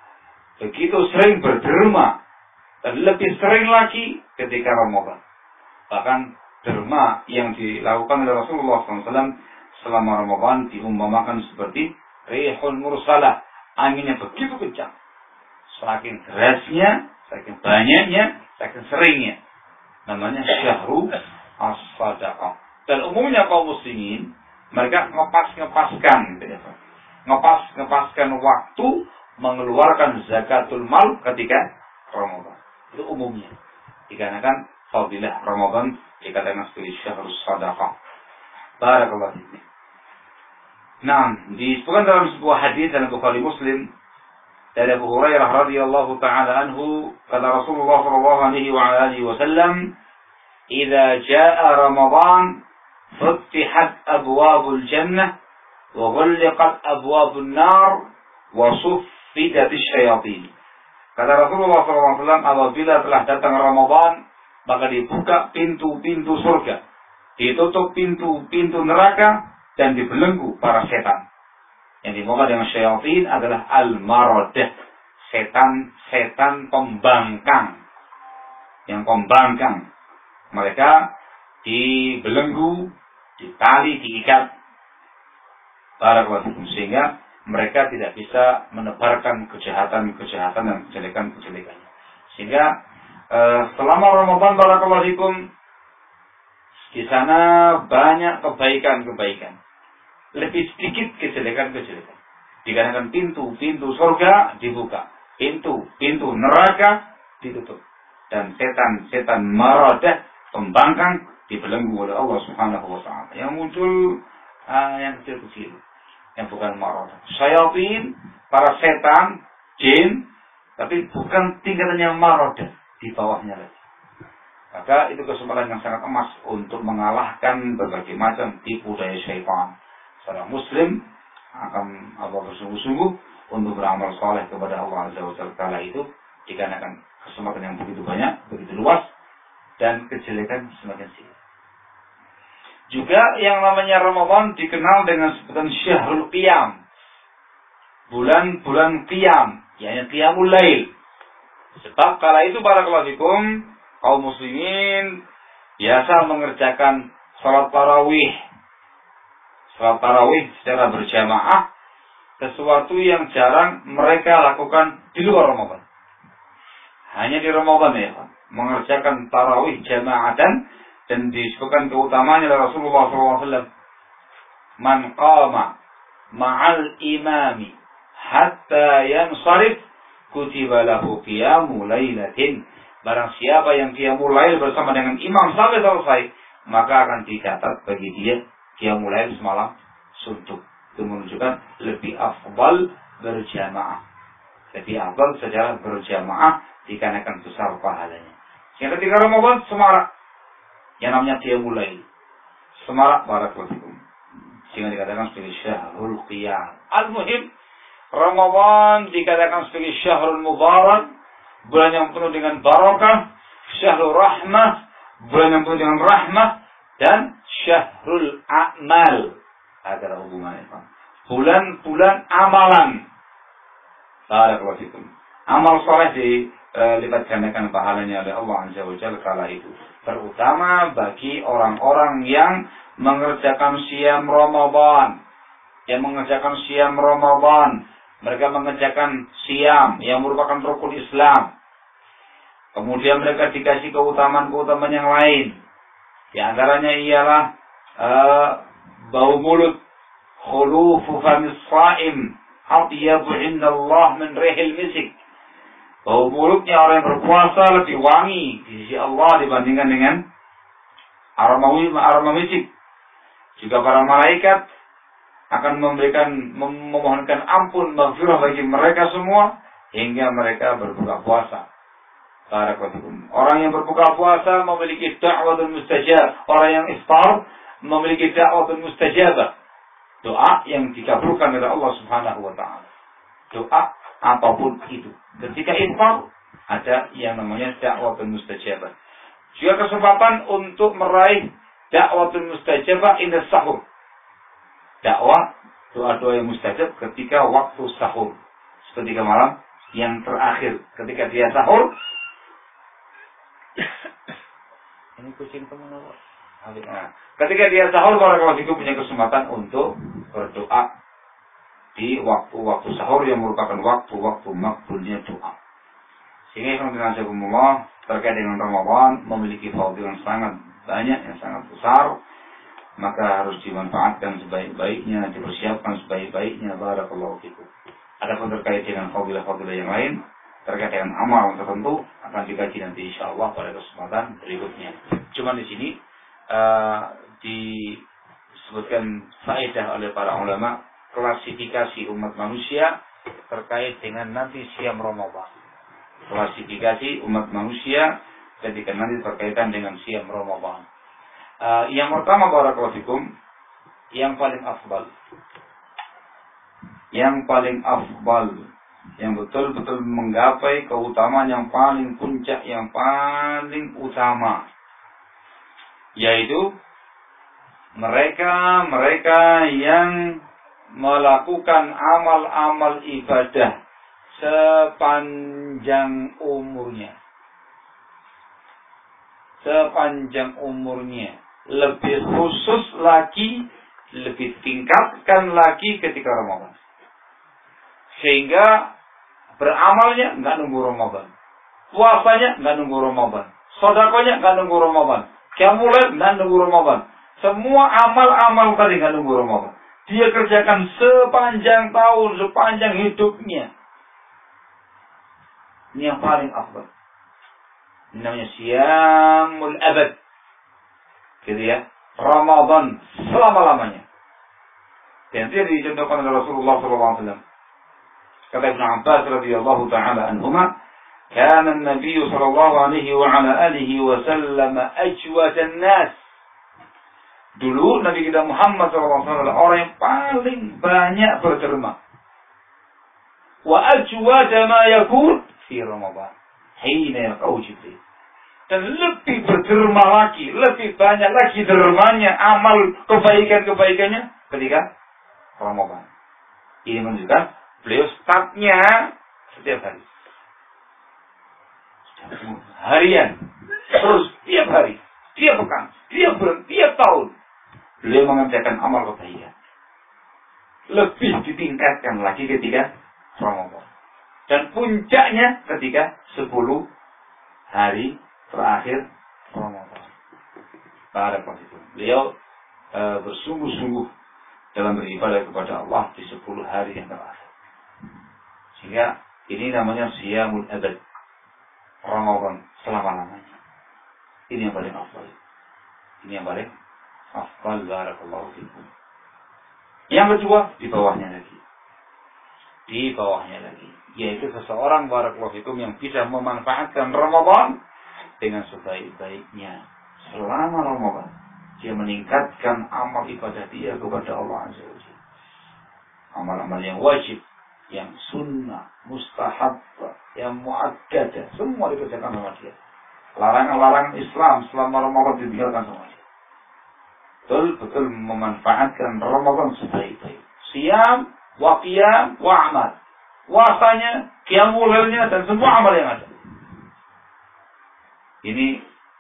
berderma. Dan lebih sering lagi ketika Ramadan. Bahkan derma yang dilakukan oleh Rasulullah SAW selama Ramadan diumpamakan seperti rihul mursalah. Anginnya begitu kencang. Saking derasnya, saking banyaknya, saking seringnya. Namanya Syahrul As-Sadaqah. Dan umumnya kaum muslimin, mereka ngepaskan waktu mengeluarkan zakatul mal ketika Ramadan. Itu umumnya. Dikarenakan fadilah Ramadan dikatakan sebagai Syahrul Sadaqah. Barakallahu fiik. Nah, disebutkan dalam sebuah hadis dalam Bukhari Muslim dari Abu Hurairah radhiyallahu taala anhu, kata Rasulullah sallallahu alaihi wasallam, "Idza jaa Ramadan, futihat abwabul jannah wa ghulqat abwabun nar wa suffidat asyayatin." Kata Rasulullah SAW, apabila telah datang Ramadan, maka dibuka pintu-pintu surga. Ditutup pintu-pintu neraka, dan dibelenggu para setan. Yang dimaksud dengan syayatin adalah al-maradah, setan-setan pembangkang. Yang pembangkang. Mereka dibelenggu, ditali, diikat. Barakallahu fikum, sehingga mereka tidak bisa menebarkan kejahatan-kejahatan dan kejelekan-kejelekannya. Sehingga selama Ramadan, barakallahu fikum, di sana banyak kebaikan-kebaikan. Lebih sedikit kejelekan-kejelekan. Dikarenakan pintu surga dibuka. Pintu neraka ditutup. Dan setan-setan maradah, pembangkang, dibelenggu oleh Allah Subhanahu wa ta'ala. Yang muncul yang kecil-kecil. Yang bukan maradah. Syayatin, para setan, jin, tapi bukan tingkatannya maradah. Di bawahnya lagi. Maka itu kesempatan yang sangat emas untuk mengalahkan berbagai macam tipu daya syaitan. Seorang muslim akan bersungguh-sungguh untuk beramal saleh kepada Allah Azza wa Jalla kala itu, dikarenakan kesempatan yang begitu banyak, begitu luas, dan kejelekan semakin sedikit. Juga yang namanya Ramadan dikenal dengan sebutan Syahrul Qiyam. Bulan-bulan Qiyam, yakni Qiyamul Lail. Sebab kala itu barakallahu fikum, kaum muslimin biasa mengerjakan salat tarawih. Salat tarawih secara berjamaah, sesuatu yang jarang mereka lakukan di luar Ramadan. Hanya di Ramadan ya, mengerjakan tarawih jamaatan, dan disebutkan keutamanya oleh Rasulullah SAW. Man qama ma'al imami hatta yansarif kutiba lahu qiyamu lailatin. Barang siapa yang qiyamul lail bersama dengan imam sampai selesai, maka akan dicatat bagi dia qiyamul lail semalam suntuk. Itu menunjukkan lebih afdal berjamaah. Lebih afdal secara berjamaah dikarenakan besar pahalanya. Sehingga ketika Ramadan semarak yang namanya qiyamul lail. Semarak barakallahu fikum. Sehingga dikatakan sebagai syahrul qiyam. Al-muhim, Ramadan dikatakan sebagai syahrul mubarak, bulan yang penuh dengan barakah, syahrul rahmah, bulan yang penuh dengan rahmah, dan syahrul a'mal. Ada hubungannya. Bulan-bulan amalan. Barakallahu fikum. Amal soleh dilipat gandakan pahalanya oleh Allah Azza wa Jalla kala itu. Terutama bagi orang-orang yang mengerjakan siyam Ramadan. Yang mengerjakan siyam Ramadan. Mereka mengerjakan siyam yang merupakan rukun Islam. Kemudian mereka dikasih keutamaan-keutamaan yang lain. Di antaranya ialah bau mulut, khulufu famis shaim, atyabu indallah min rihil misik. Bau mulutnya orang yang berpuasa lebih wangi di sisi Allah dibandingkan dengan aroma misik. Juga para malaikat akan memohonkan ampun, maghfirah bagi mereka semua hingga mereka berbuka puasa. Barakallahu. Orang yang berbuka puasa memiliki da'watul mustajab. Orang yang iftar memiliki da'watul mustajabah. Doa yang dikabulkan oleh Allah Subhanahu wa ta'ala. Doa apapun itu. Ketika iftar ada yang namanya da'watul mustajabah. Juga kesempatan untuk meraih da'watul mustajabah inda sahur. Dakwah, doa-doa yang mustajab ketika waktu sahur. Ketika malam yang terakhir. Ketika dia sahur. Ini kucing kemana, Pak? Ketika dia sahur, barakallahu fikum, punya kesempatan untuk berdoa di waktu-waktu sahur yang merupakan waktu-waktu makbulnya doa. Sehingga alhamdulillah terkait dengan Ramadan memiliki fadilah yang sangat banyak, yang sangat besar. Maka harus dimanfaatkan sebaik-baiknya, dipersiapkan sebaik-baiknya. Barakallahu fikum. Adapun terkait dengan fadilah-fadilah yang lain, terkait dengan amal tertentu akan dikaji nanti insyaallah pada kesempatan berikutnya. Cuma di sini disebutkan faedah oleh para ulama klasifikasi umat manusia terkait dengan nanti siam Ramadan. Klasifikasi umat manusia ketika nanti berkaitan dengan siam Ramadan. Yang pertama barakallahu fikum, yang paling afdal. Yang paling afdal, yang betul-betul menggapai keutamaan yang paling puncak, yang paling utama, yaitu mereka yang melakukan amal-amal ibadah sepanjang umurnya. Sepanjang umurnya. Lebih khusus lagi, lebih tingkatkan lagi ketika Ramadan. Sehingga beramalnya nggak nunggu Ramadan. Puasanya nggak nunggu Ramadan. Sedekahnya nggak nunggu Ramadan. Qiyamul lail nggak nunggu Ramadan. Semua amal-amal tadi nggak nunggu Ramadan. Dia kerjakan sepanjang tahun, sepanjang hidupnya. Ini yang paling afdal. Ini namanya siyamul abad. Gitu ya. Ramadan selama-lamanya. Dan itu dicontohkan oleh Rasulullah SAW. Kata Ibn Abbas radhiyallahu ta'ala anhuma, kana an-nabiy sallallahu alaihi wa ala alihi wa sallam ajwad an-nas. Dulu Nabi kita Muhammad SAW adalah orang yang paling banyak berderma. Wa ajwad ma yakun fi Ramadan. Hina yaqau Jibril. Dan lebih berderma lagi, lebih banyak lagi dermanya, amal kebaikan-kebaikannya ketika Ramadan. Ini menunjukkan beliau startnya setiap hari. Harian. Terus tiap hari, tiap pekan, tiap bulan, tiap tahun. Beliau mengerjakan amal kebaikan. Lebih ditingkatkan lagi ketika Ramadan. Dan puncaknya ketika 10 hari terakhir Ramadan. Barakallahu. Beliau bersungguh-sungguh dalam beribadah kepada Allah di 10 hari yang terakhir. Sehingga ini namanya siyamul abad. Ramadan selama-lamanya. Ini yang paling afdal. Ini yang paling afdal. Barakallahu fikum. Yang kedua, di bawahnya lagi. Di bawahnya lagi. Yaitu seseorang barakallahu fikum yang bisa memanfaatkan Ramadan dengan sebaik-baiknya. Selama Ramadan. Dia meningkatkan amal ibadah dia kepada Allah Azza wa Jalla. Amal-amal yang wajib, yang sunnah, mustahab, yang muakkadah, semua dikerjakan sama dia. Larangan-larangan Islam selama Ramadan ditinggalkan sama dia. Betul-betul memanfaatkan Ramadan sebaik-baik. Siyam, wa qiyam, wa amal. Puasanya, qiyamul lailnya, dan semua amal yang ada. Ini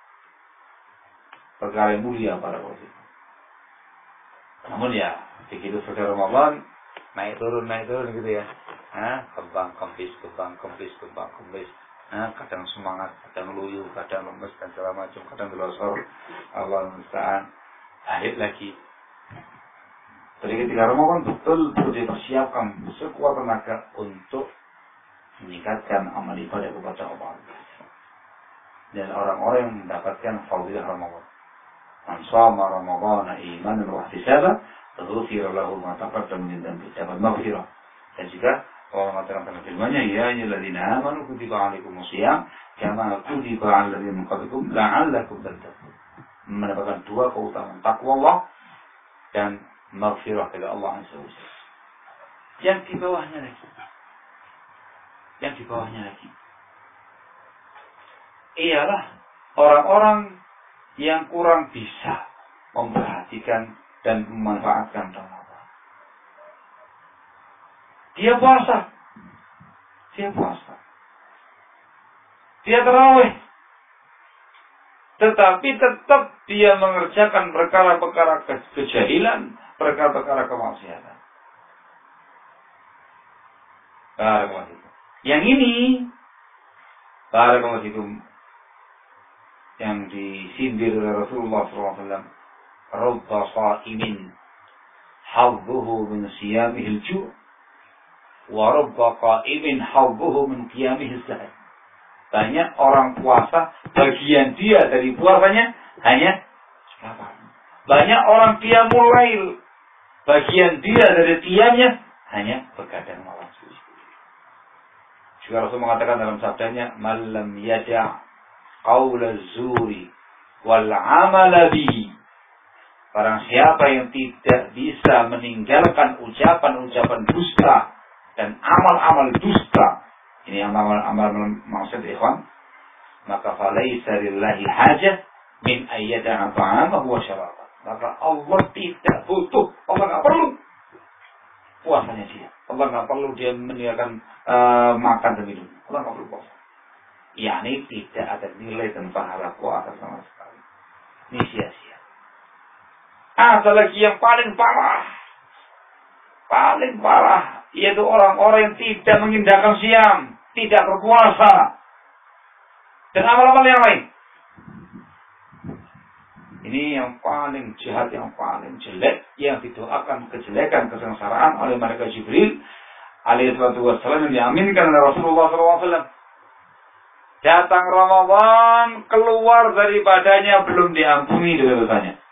perkara yang mulia para ulama. Namun ya, begitu selesai Ramadan, naik turun gitu ya. Kembang kempis. Kadang semangat, kadang loyo, kadang lemes, dan segala macam, kadang gelosor. Allah musta'an. Balik lagi. Jadi ketika Ramadan betul dipersiapkan sekuat tenaga untuk meningkatkan amal ibadah kepada Allah. Dan orang-orang yang mendapatkan fadilah Ramadan. Man shama Ramadhana imanan wa ihtisaban ghufira lahu ma taqaddama min dhanbi. Dapat maghfirah. Dan juga Allah mengatakan pada firman-Nya, ya ayyuhalladzina amanu kutiba 'alaikumusiyam kama kutiba 'alal ladzina min qablikum la'allakum tattaqun. Mendapatkan dua keutamaan, takwa Allah dan maghfirah dari Allah Azza wa Jalla. Yang di bawahnya lagi. Ialah orang-orang yang kurang bisa memperhatikan dan memanfaatkan Ramadan. Dia puasa. Dia tarawih. Tetapi tetap dia mengerjakan perkara-perkara kejahilan, perkara-perkara kemaksiatan. Barakallahu. Yang ini barakallahu yang disindir oleh Rasulullah SAW. Rubba sha'imin hadduhu min siyamihil ju' wa rubba qa'imin hadduhu min qiyamihis sahar. Banyak orang puasa, bagian dia dari puasanya hanya lapar. Banyak orang qiyamul lail, bagian dia dari qiyamnya hanya begadang malam. Juga Rasul mengatakan dalam sabdanya, "Man lam yada' qaula zuri wal amala bihi." Barang siapa yang tidak bisa meninggalkan ucapan-ucapan dusta dan amal-amal dusta, ini amal-amal maksud ikhwan, maka falaisa lillahi hajah min ayyada'a ta'amahu wa syarabah. Maka Allah tidak butuh, Allah nggak perlu puasanya dia. Allah nggak perlu dia meninggalkan makan dan minum. Allah nggak perlu puasa. Yakni tidak ada nilai dan pahala puasa sama sekali. Ini sia-sia. Ada lagi yang paling parah, yaitu orang-orang yang tidak mengindahkan siam, tidak berpuasa, dan amal-amal yang lain. Ini yang paling jahat, yang paling jelek, yang didoakan kejelekan, kesengsaraan oleh malaikat Jibril alaihi wassalam yang diaminkan oleh Rasulullah SAW. Datang Ramadan, keluar daripadanya belum diampuni dosa-dosanya.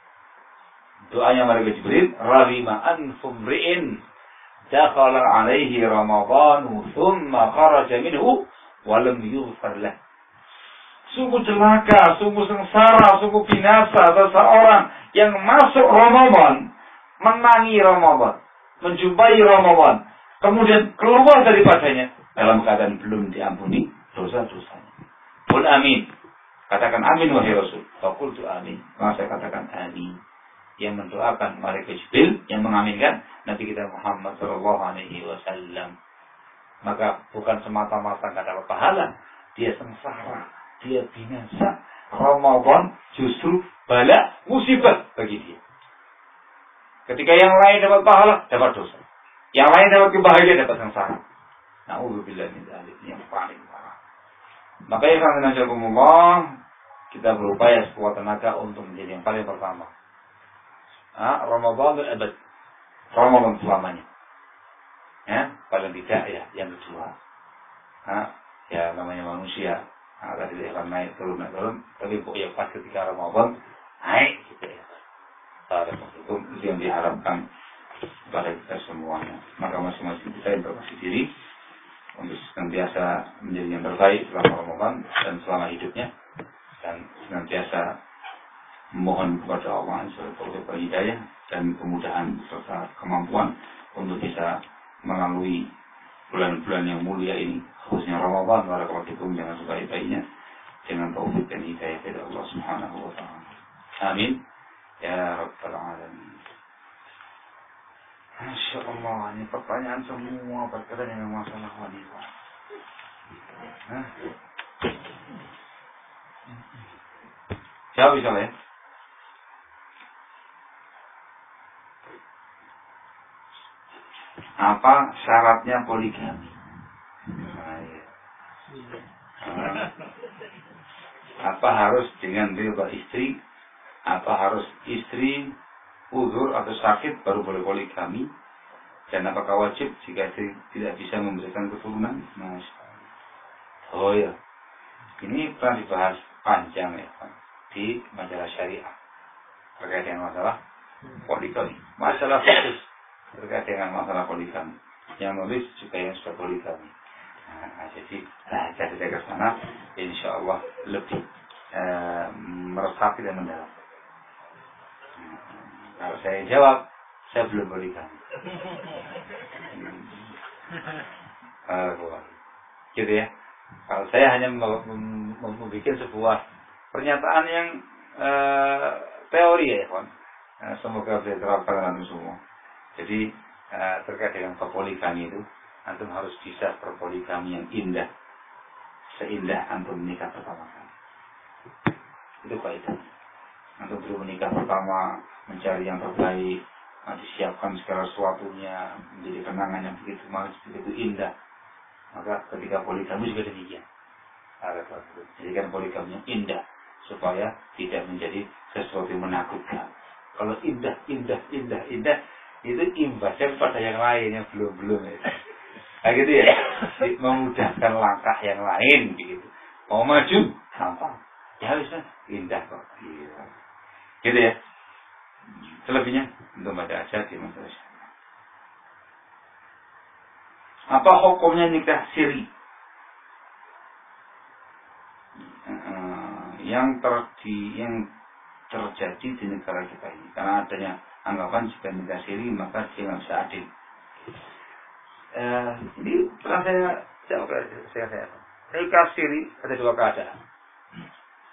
Doanya malaikat Jibril, rahima anfum ri'in dakhala alaihi Ramadanu thumma kharaja minhu wa lam yughfar lah. Sungguh celaka, sungguh sengsara, sungguh binasa seseorang yang masuk Ramadan, menangi Ramadan, menjumpai Ramadan, kemudian keluar daripadanya dalam keadaan belum diampuni dosa-dosanya. Qul amin. Katakan amin wahai Rasul. Faqultu amin. Maka saya katakan amin. Yang mendoakan malaikat Jibril, yang mengaminkan Nabi kita Muhammad sallallahu alaihi wasallam. Maka bukan semata-mata enggak dapat pahala, dia sengsara, dia binasa. Ramadan justru bala musibah bagi dia. Ketika yang lain dapat pahala, dapat dosa. Yang lain dapat kebahagiaan, dapat sengsara. Na'udzubillah min dzalik, yang paling parah. Maka ya Allah, kita berupaya sekuat tenaga untuk menjadi yang paling pertama. Ramadan abad. Ramadan selamanya. Ya, paling tidak ya yang kedua. Ya namanya manusia. Tadi akan naik turun, tapi ya pas ketika Ramadan naik gitu ya. Itu yang diharapkan kepada kita semuanya. Maka masing-masing kita introspeksi diri untuk senantiasa menjadi yang terbaik selama Ramadan dan selama hidupnya, dan senantiasa memohon kepada Allah sebagai hidayah dan kemudahan serta kemampuan untuk bisa melalui bulan-bulan yang mulia ini, khususnya Ramadan, barakallahu dengan sebaik-baiknya, dengan taufik dan hidayah dari Allah Subhanahu wa taala. Amin ya rabbal alamin. Masya Allah, ini pertanyaan semua berkaitan dengan masalah wanita. Siapa bisa ya? Apa syaratnya poligami? Apa harus dengan ridha istri? Apa harus istri uzur atau sakit baru boleh poligami? Dan apakah wajib jika istri tidak bisa memberikan keturunan? Oh ya, ini pernah dibahas panjang ya di majalah syariah terkait dengan masalah poligami, masalah khusus terkait dengan masalah poligami. Yang nulis juga yang sudah poligami. Jadi saya ke sana, insya Allah lebih meresapi dan mendalam. Kalau saya jawab, saya belum poligami. Gitu ya. Kalau saya hanya membuat sebuah pernyataan yang teori ya, kawan. Semoga bisa terapkan dalam semua. Jadi terkait dengan poligami itu, antum harus bisa berpoligami yang indah, seindah antum menikah pertama kali. Itu kaitan. Antum dulu menikah pertama, mencari yang terbaik, disiapkan segala sesuatunya, menjadi kenangan yang begitu manis, begitu indah. Maka ketika poligami juga demikian. Jadikan poligami yang indah, supaya tidak menjadi sesuatu yang menakutkan. Kalau indah, itu imbasnya pada yang lain yang belum ya. Nah gitu ya, memudahkan langkah yang lain gitu. Mau maju, gampang. Ya bisa, indah kok. Gitu ya. Selebihnya untuk baca aja di masalah syariah. Apa hukumnya nikah siri? Yang terjadi di negara kita ini, karena adanya anggapan jika nikah siri maka dia nggak bisa adil. Ini pernah saya jawab. Nikah siri ada dua keadaan.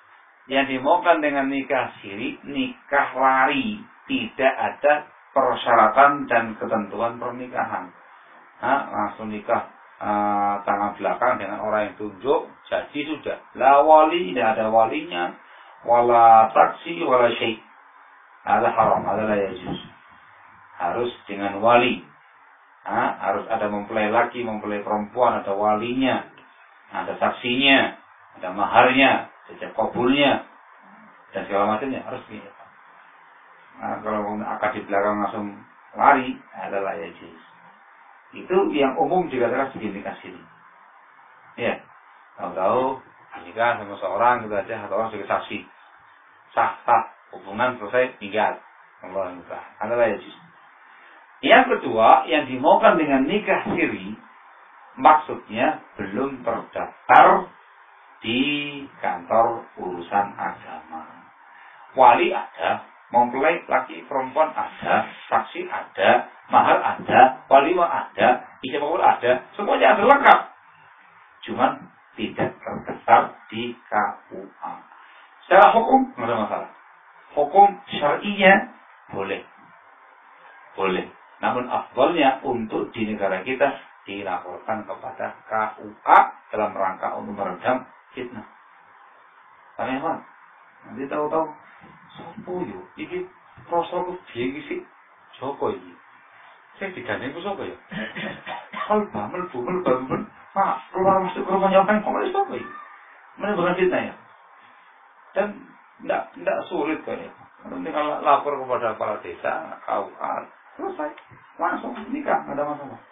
yang dimaukan dengan nikah siri, nikah lari, tidak ada persyaratan dan ketentuan pernikahan. Langsung nikah tangan belakang dengan orang yang tunjuk, jadi sudah. La wali, tidak ada walinya, wala saksi, wala syai'. Ada haram, ada la yajuz. Harus dengan wali. Harus ada mempelai laki, mempelai perempuan, ada walinya, ada saksinya, ada maharnya, sejak kabulnya, dan segala macamnya harus gitu. Kalau akad di belakang langsung lari, adalah yajuz. Itu yang umum dikatakan sebagai nikah siri. Ya, tahu-tahu nikah sama seorang gitu aja, atau orang sebagai saksi, sah hubungan selesai, tinggal Allah nikah, adalah yajuz. Yang kedua, yang dimaukan dengan nikah siri, maksudnya belum terdaftar di kantor urusan agama. Wali ada, mempelai laki perempuan ada, saksi ada, mahar ada, walimah ada, ijab kabul ada, semuanya ada lengkap. Cuman tidak terdaftar di KUA. Secara hukum nggak ada masalah. Hukum syar'inya boleh. Namun afdalnya untuk di negara kita dilaporkan kepada KUA dalam rangka untuk meredam fitnah. Karena nanti tahu-tahu sopo yo iki rasa ku piye iki sih? Sopo iki? Saya digandeng ku sopo ya? Kalba melbu. Keluar masuk ke rumahnya orang kok itu sopo iki? Menimbulkan fitnah ya. Dan tidak sulit kayaknya. Nanti kalau lapor kepada kepala desa, KUA, selesai. Langsung nikah, nggak ada masalah.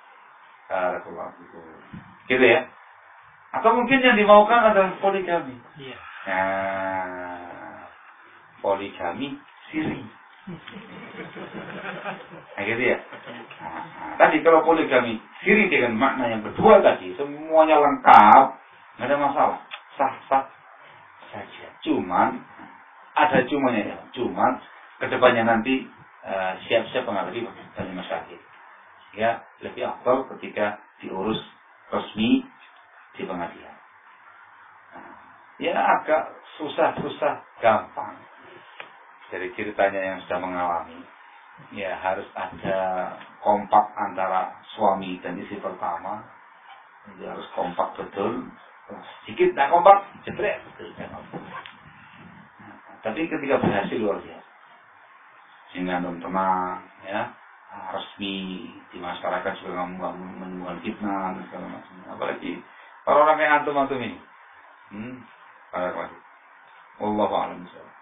Gitu ya. Atau mungkin yang dimaukan adalah poligami. Iya. Poligami siri. Gitu ya. Tadi kalau poligami siri dengan makna yang kedua tadi, semuanya lengkap, nggak ada masalah. Sah saja. Cuman ada cumannya ya. Cuman kedepannya nanti siap-siap menghadapi banyak masyarakat. Ya, lebih afdal ketika diurus resmi di pengadilan. Ya agak susah gampang. Dari ceritanya yang sudah mengalami, ya harus ada kompak antara suami dan istri pertama. Jadi harus kompak betul. Sedikit tak kompak, jebret. Tapi ketika berhasil luar biasa. Sehingga tenang, ya resmi di masyarakat juga menimbulkan fitnah dan segala macam. Apalagi orang kayak antum ini. Barakallahu. Wallahu a'lam bishawab.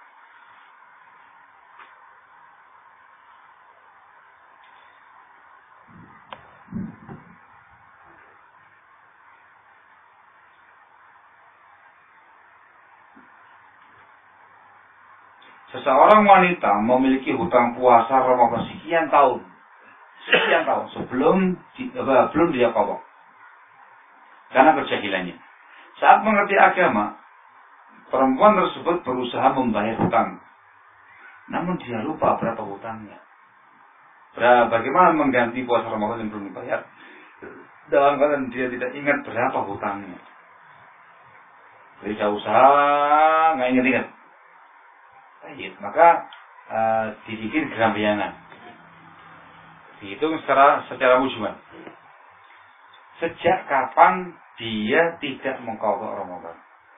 Seseorang wanita memiliki hutang puasa Ramadan sekian tahun sebelum dia qadha karena kejahilannya. Saat mengerti agama, perempuan tersebut berusaha membayar hutang, namun dia lupa berapa hutangnya. Bagaimana mengganti puasa Ramadan yang belum dibayar dalam keadaan dia tidak ingat berapa hutangnya. Jadi dia usaha nggak ingat. Maka dibikin gerambianan, dihitung secara mujmal. Sejak kapan dia tidak mengqadha Ramadan?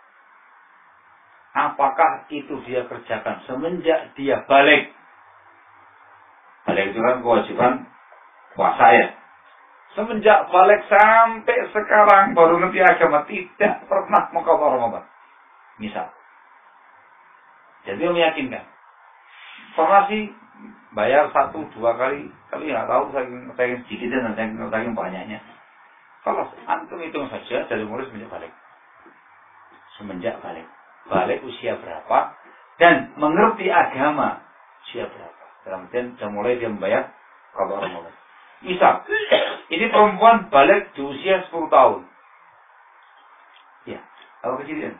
Apakah itu dia kerjakan semenjak dia balik? Balik itu kan kewajiban puasa ya. Semenjak balik sampai sekarang baru ngerti agama, tidak pernah mengqadha Ramadan. Misal. Jadi dia meyakinkan. Pernah sih bayar 1-2 kali, tapi nggak tahu saya sedikit dan saya banyaknya. Kalau antum hitung saja dari mulai semenjak balik usia berapa dan mengerti agama usia berapa. Dalam artian sudah mulai dia membayar qadha Ramadan. Misal, ini perempuan balik di usia 10 tahun. Ya, kalau kejadian.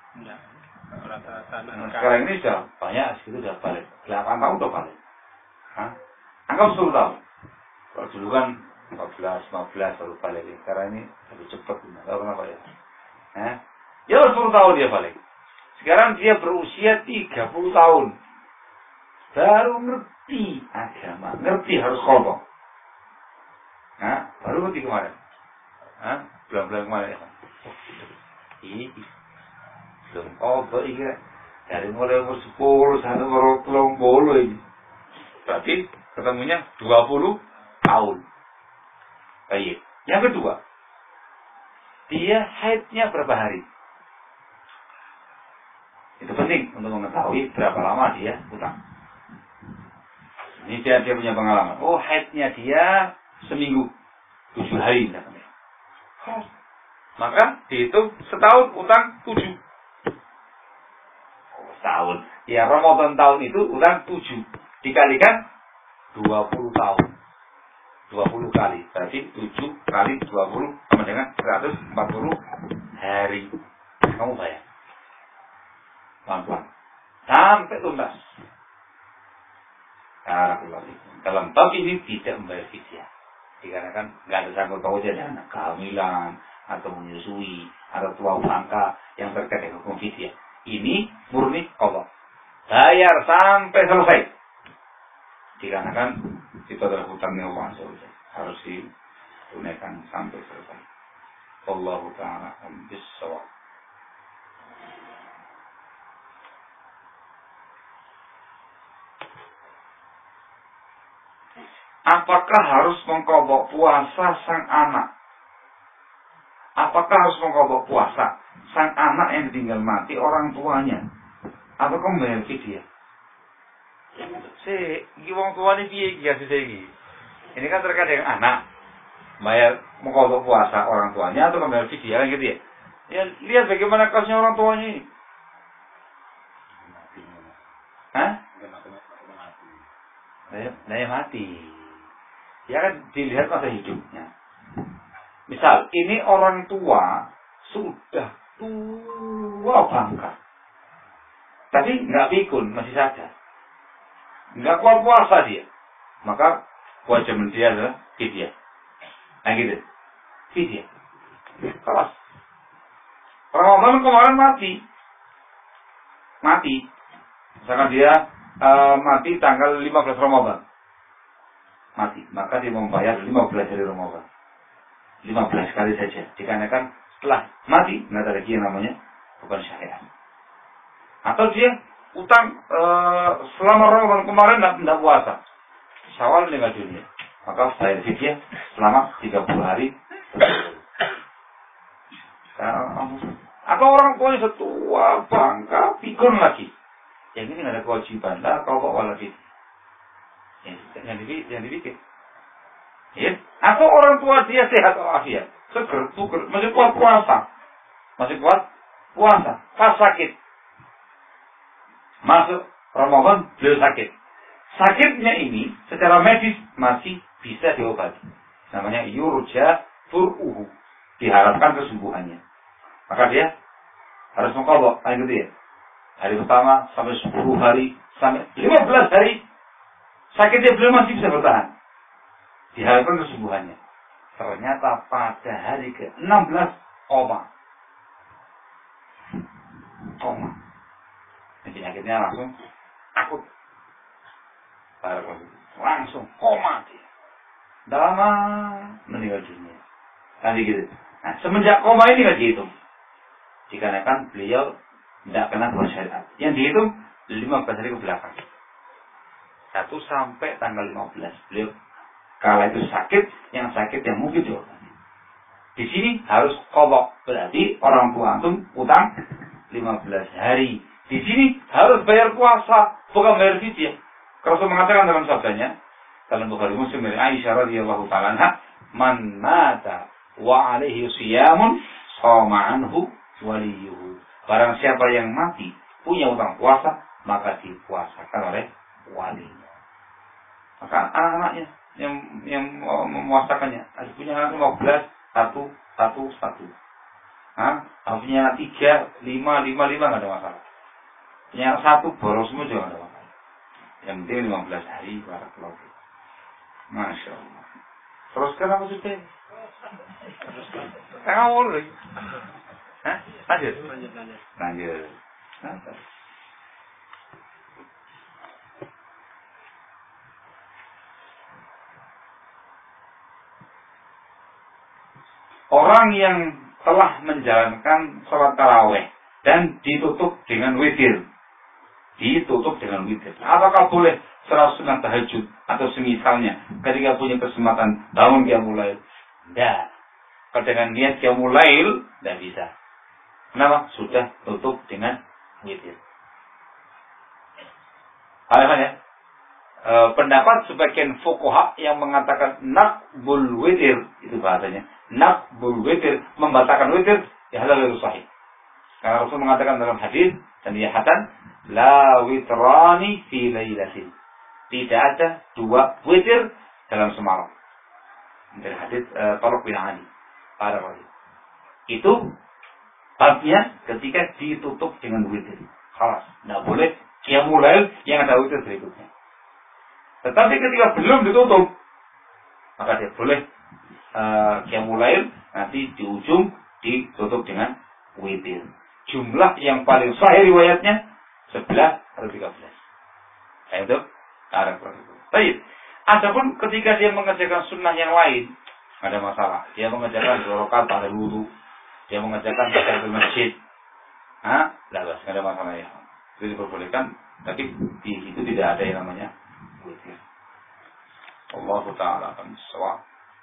Sekarang ini sudah banyak, segitu sudah balik. 8 tahun sudah balik. Anggap 10 tahun. Kalau dulu kan 14, 15 baru balik. Sekarang ini lebih cepat. Tahu kenapa ya? Ya 10 tahun dia balik. Sekarang dia berusia 30 tahun. Baru ngerti agama, ngerti harus qadha. Nah, baru ngerti kemarin. Bulan-bulan kemarin ya. Ini belum qadha iki. Dari mulai umur 10 sampai umur 30 ini. Berarti ketemunya 20 tahun. Baik. Yang kedua, dia haidnya berapa hari? Itu penting untuk mengetahui berapa lama dia utang. Ini dia punya pengalaman. Oh, haidnya dia seminggu, 7 hari. Maka dihitung setahun utang 7. Oh, setahun. Ya, Ramadan tahun itu utang 7. Dikalikan 20 tahun. 20 kali. Berarti 7 kali 20 sama dengan 140 hari. Kamu bayar. Pelan-pelan. Sampai tuntas. Dalam bab ini tidak membayar fidyah. Dikarenakan nggak ada sangkut pautnya dengan kehamilan atau menyusui atau tua bangka yang terkait dengan hukum fidyah. Ini murni qadha. Bayar sampai selesai. Dikarenakan itu adalah hutangnya Allah SWT. Harus ditunaikan sampai selesai. Wallahu ta'ala bis-shawab. Apakah harus mengqadha puasa sang anak? Apakah harus mengqadha puasa sang anak yang ditinggal mati orang tuanya? Atau membayar fidyah? Iki wong tuane piye iki kasus iki? Ini kan terkait dengan anak. Bayar mengqadha puasa orang tuanya atau membayar fidyah kan gitu ya? Ya lihat bagaimana kasusnya orang tuanya ini. Hah? Dia mati. Ya kan dilihat masa hidupnya. Misal, ini orang tua sudah tua bangka. Tapi nggak pikun, masih sadar. Nggak kuat puasa dia. Maka kewajiban dia adalah fidyah. Nah gitu. Fidyah. Kelas. Ramadan kemarin mati. Misalkan dia mati tanggal 15 Ramadan. Mati, maka dia membayar 15 hari Ramadan. 15 kali saja. Dikarenakan setelah mati, nggak ada lagi yang namanya bukan syariat. Atau dia utang selama Ramadan kemarin nggak puasa. Syawal meninggal dunia. Maka bayar fidyah selama 30 hari. Atau orang tuanya setua, bangka, pikun lagi. Yang ini nggak ada kewajiban. Lah, kau bawa lagi. Yang dibikin. Ya. Atau orang tua dia sehat walafiat, seger, buger, masih kuat puasa. Pas sakit. Masuk Ramadan, beliau sakit. Sakitnya ini secara medis masih bisa diobati. Namanya yurja fur'uhu. Diharapkan kesembuhannya. Maka dia harus mengqadha, gitu ya. Hari pertama sampai 10 hari, sampai 15 hari. Sakitnya beliau masih bisa bertahan. Diharapkan kesembuhannya. Ternyata pada hari ke-16 koma. Penyakitnya langsung akut. Langsung koma dia. Tidak lama meninggal dunia. Tadi gitu. Nah, semenjak koma ini nggak dihitung. Dikarenakan beliau tidak kena dua syariat. Yang dihitung 15 hari ke belakang. 1 sampai tanggal 15. Beliau kala itu sakit, yang mungkin jawabannya. Di sini harus qadha. Berarti orang tua antum utang 15 hari. Di sini harus bayar puasa, bukan bayar fidyah. Rasul mengatakan dalam sabdanya, dalam Bukhari Muslim dari Aisyah radhiyallahu ta'ala anha, "Man mata wa alaihi siyamun shoma anhu waliyuhu." Barang siapa yang mati punya utang puasa, maka dipuasakan oleh walinya. Maka anak-anaknya yang memuasakannya, harus punya anak 15, 1. Harus punya anak 3, 5 nggak ada masalah. Punya anak 1 boros semua juga nggak ada masalah. Yang penting 15 hari barakallahu. Masya Allah. Teruskan apa sudah? Ngawur lagi. Lanjut. Orang yang telah menjalankan sholat tarawih dan ditutup dengan witir. Ditutup dengan witir. Apakah boleh sholat sunnah tahajud atau semisalnya ketika punya kesempatan bangun qiyamul lail? Tidak. Kalau dengan niat qiyamul lail, tidak bisa. Kenapa? Sudah tutup dengan witir. Paham ya? Pendapat sebagian fuqaha yang mengatakan naqbul witir, itu bahasanya naqbul witir, membatalkan witir, ya halal itu sahih. Karena Rasul mengatakan dalam hadis saniyatan la witrani fi lailatin, tidak ada dua witir dalam semalam. Dari hadis Talq bin Ali pada waktu itu babnya ketika ditutup dengan witir. Khalas, tidak boleh qiyamul lail yang ada witir berikutnya. Tetapi ketika belum ditutup, maka dia boleh qiyamul lail, nanti di ujung ditutup dengan witir. Jumlah yang paling sahih riwayatnya 11 atau 13. Nah, itu arah itu. Baik. Adapun ketika dia mengerjakan sunnah yang lain, ada masalah. Dia mengerjakan 2 rakaat pada wudu, dia mengerjakan tahiyatul masjid. Enggak ada masalah ya. Itu diperbolehkan, tapi di situ tidak ada yang namanya witir. Allah Ta'ala akan shawab.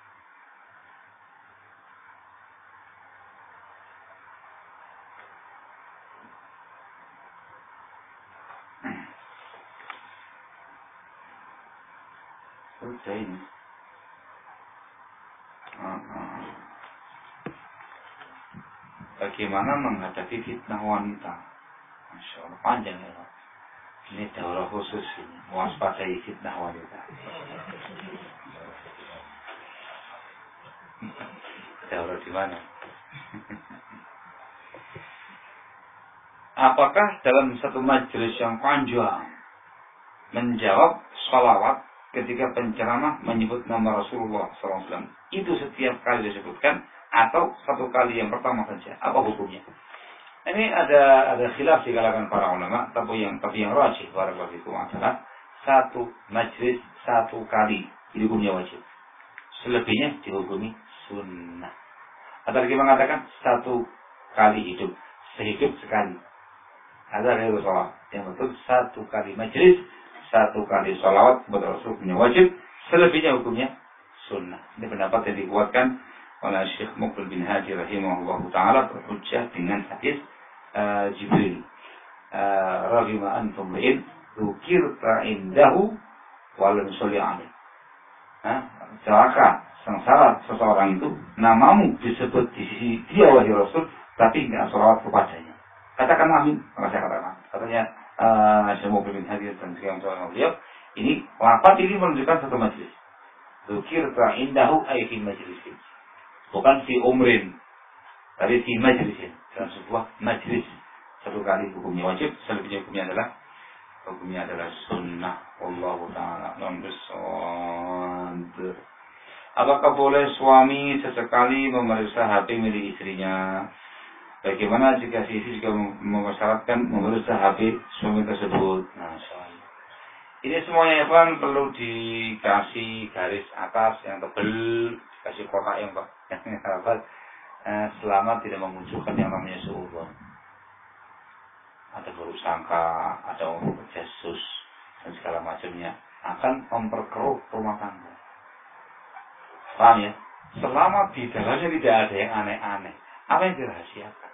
Sudah ini. Bagaimana menghadapi fitnah wanita? Masya Allah, panjang ya Pak. Ini daurah khusus ini, waspadai fitnah wanita. Daurah di mana? Apakah dalam satu majelis yang panjang menjawab sholawat ketika penceramah menyebut nama Rasulullah SAW, itu setiap kali disebutkan atau satu kali yang pertama saja? Apa hukumnya? Ini ada khilaf di kalangan para ulama, tapi yang rajih barakallahu fikum adalah satu majlis satu kali hukumnya wajib. Selebihnya dihukumi sunnah. Atau lagi mengatakan satu kali hidup, sehidup sekali. Ada yang salah. Yang betul satu kali majlis, satu kali salawat kepada Rasul hukumnya wajib, selebihnya hukumnya sunnah. Ini pendapat yang dikuatkan oleh Syekh Muqbil bin Hadi rahimahullah ta'ala berhujjah dengan hadis Jibril. Raghima antum li'in dzukirta indahu walam sholli alaih. Celaka, sengsara seseorang itu namamu disebut di sisi dia wahai Rasul, tapi tidak salawat kepadanya. Katakan amin, maka saya katakan. Katanya Syekh Muqbil bin Hadi dan sekian beliau, ini lafaz ini menunjukkan satu majlis. Dzukirta indahu ay fi majlisin. Bukan fi umrin, tapi fi majlisin, dalam sebuah majlis. Satu kali hukumnya wajib, selebihnya hukumnya adalah sunnah. Wallahu ta'ala non-besar. Apakah boleh suami sesekali memeriksa HP milik istrinya? Bagaimana jika si istri juga mempersyaratkan memeriksa HP suami tersebut? Nah, ini semuanya kan perlu dikasih garis atas yang tebal, kasih kotak yang rapat, selama tidak memunculkan yang namanya suudzon. Ada buruk sangka, ada orang berjasus dan segala macamnya, akan memperkeruh rumah tangga. Paham ya? Selama di dalamnya tidak ada yang aneh-aneh, apa yang dirahasiakan?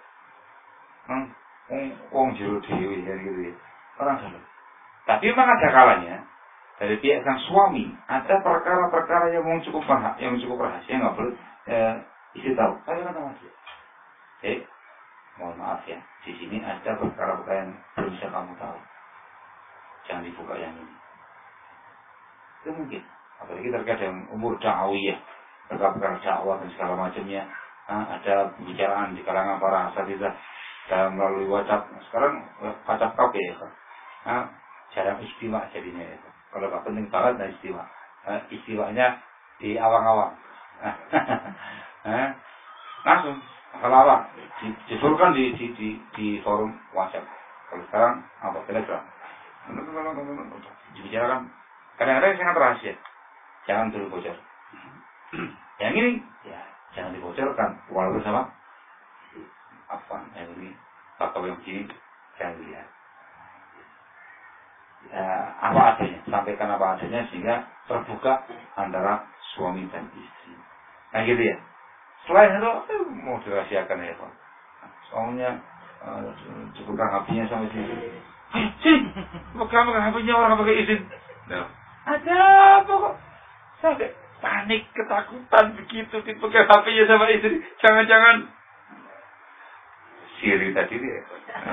Wong jero dewi gitu ya. Orang salah. Tapi memang ada kalanya dari pihak sang suami ada perkara-perkara yang cukup rahasia, nggak boleh istri tahu. Saya kata mas. Mohon maaf ya, di sini ada perkara-perkara yang belum bisa kamu tahu. Jangan dibuka yang ini. Itu mungkin. Apalagi terkait dengan umur dakwah, perkara-perkara dakwah dan segala macamnya. Ada pembicaraan di kalangan para asatidzah dalam melalui WhatsApp. Sekarang WhatsApp kafe ya kan. Jarang istimewa jadinya ya. Kalau nggak penting banget nah istimewa. Istimewanya di awang-awang. Langsung. Kalau apa? Disuruhkan di forum WhatsApp. Kalau sekarang apa telegram? Dibicarakan. Kadang-kadang sangat rahasia. Jangan dulu bocor. Yang ini, ya jangan dibocorkan. Walaupun sama apa yang ini, atau yang begini, jangan dilihat. Ya, apa adanya, sampaikan apa adanya sehingga terbuka antara suami dan istri. Nah gitu ya. Selain itu, mau dirahasiakan ya Pak. Soalnya cukupkan HP-nya sama istri. Pegang HP-nya orang pakai izin. Nah, ada apa kok? Sampai panik, ketakutan begitu dipegang HP-nya sama istri. Jangan-jangan Siri tadi dia.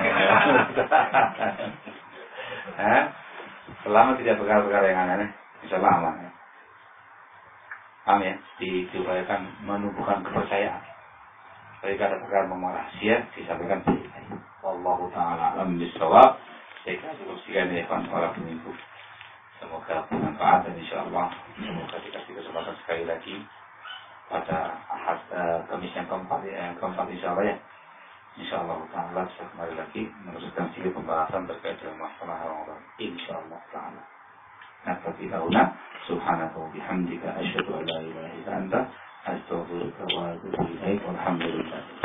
Selama tidak perkara-perkara yang aneh, insya Allah aman ya. Paham ya? Diupayakan menumbuhkan kepercayaan. Ketika ada perkara rahasia, disampaikan baik-baik. Wallahu ta'ala alam bisawab. Saya kira cukup sekian ya para peminggu. Semoga bermanfaat dan insya Allah semoga dikasih kesempatan sekali lagi pada Ahad Kamis yang keempat insya Allah ya. Insya Allah ta'ala bisa kembali lagi meneruskan sedikit pembahasan terkait dengan masalah Ramadan. Insya Allah ta'ala. Naktafi hauna subhanaka wa bihamdika asyhadu an la ilaha illa anta astaghfiruka wa atubu ilaik. Walhamdulillah.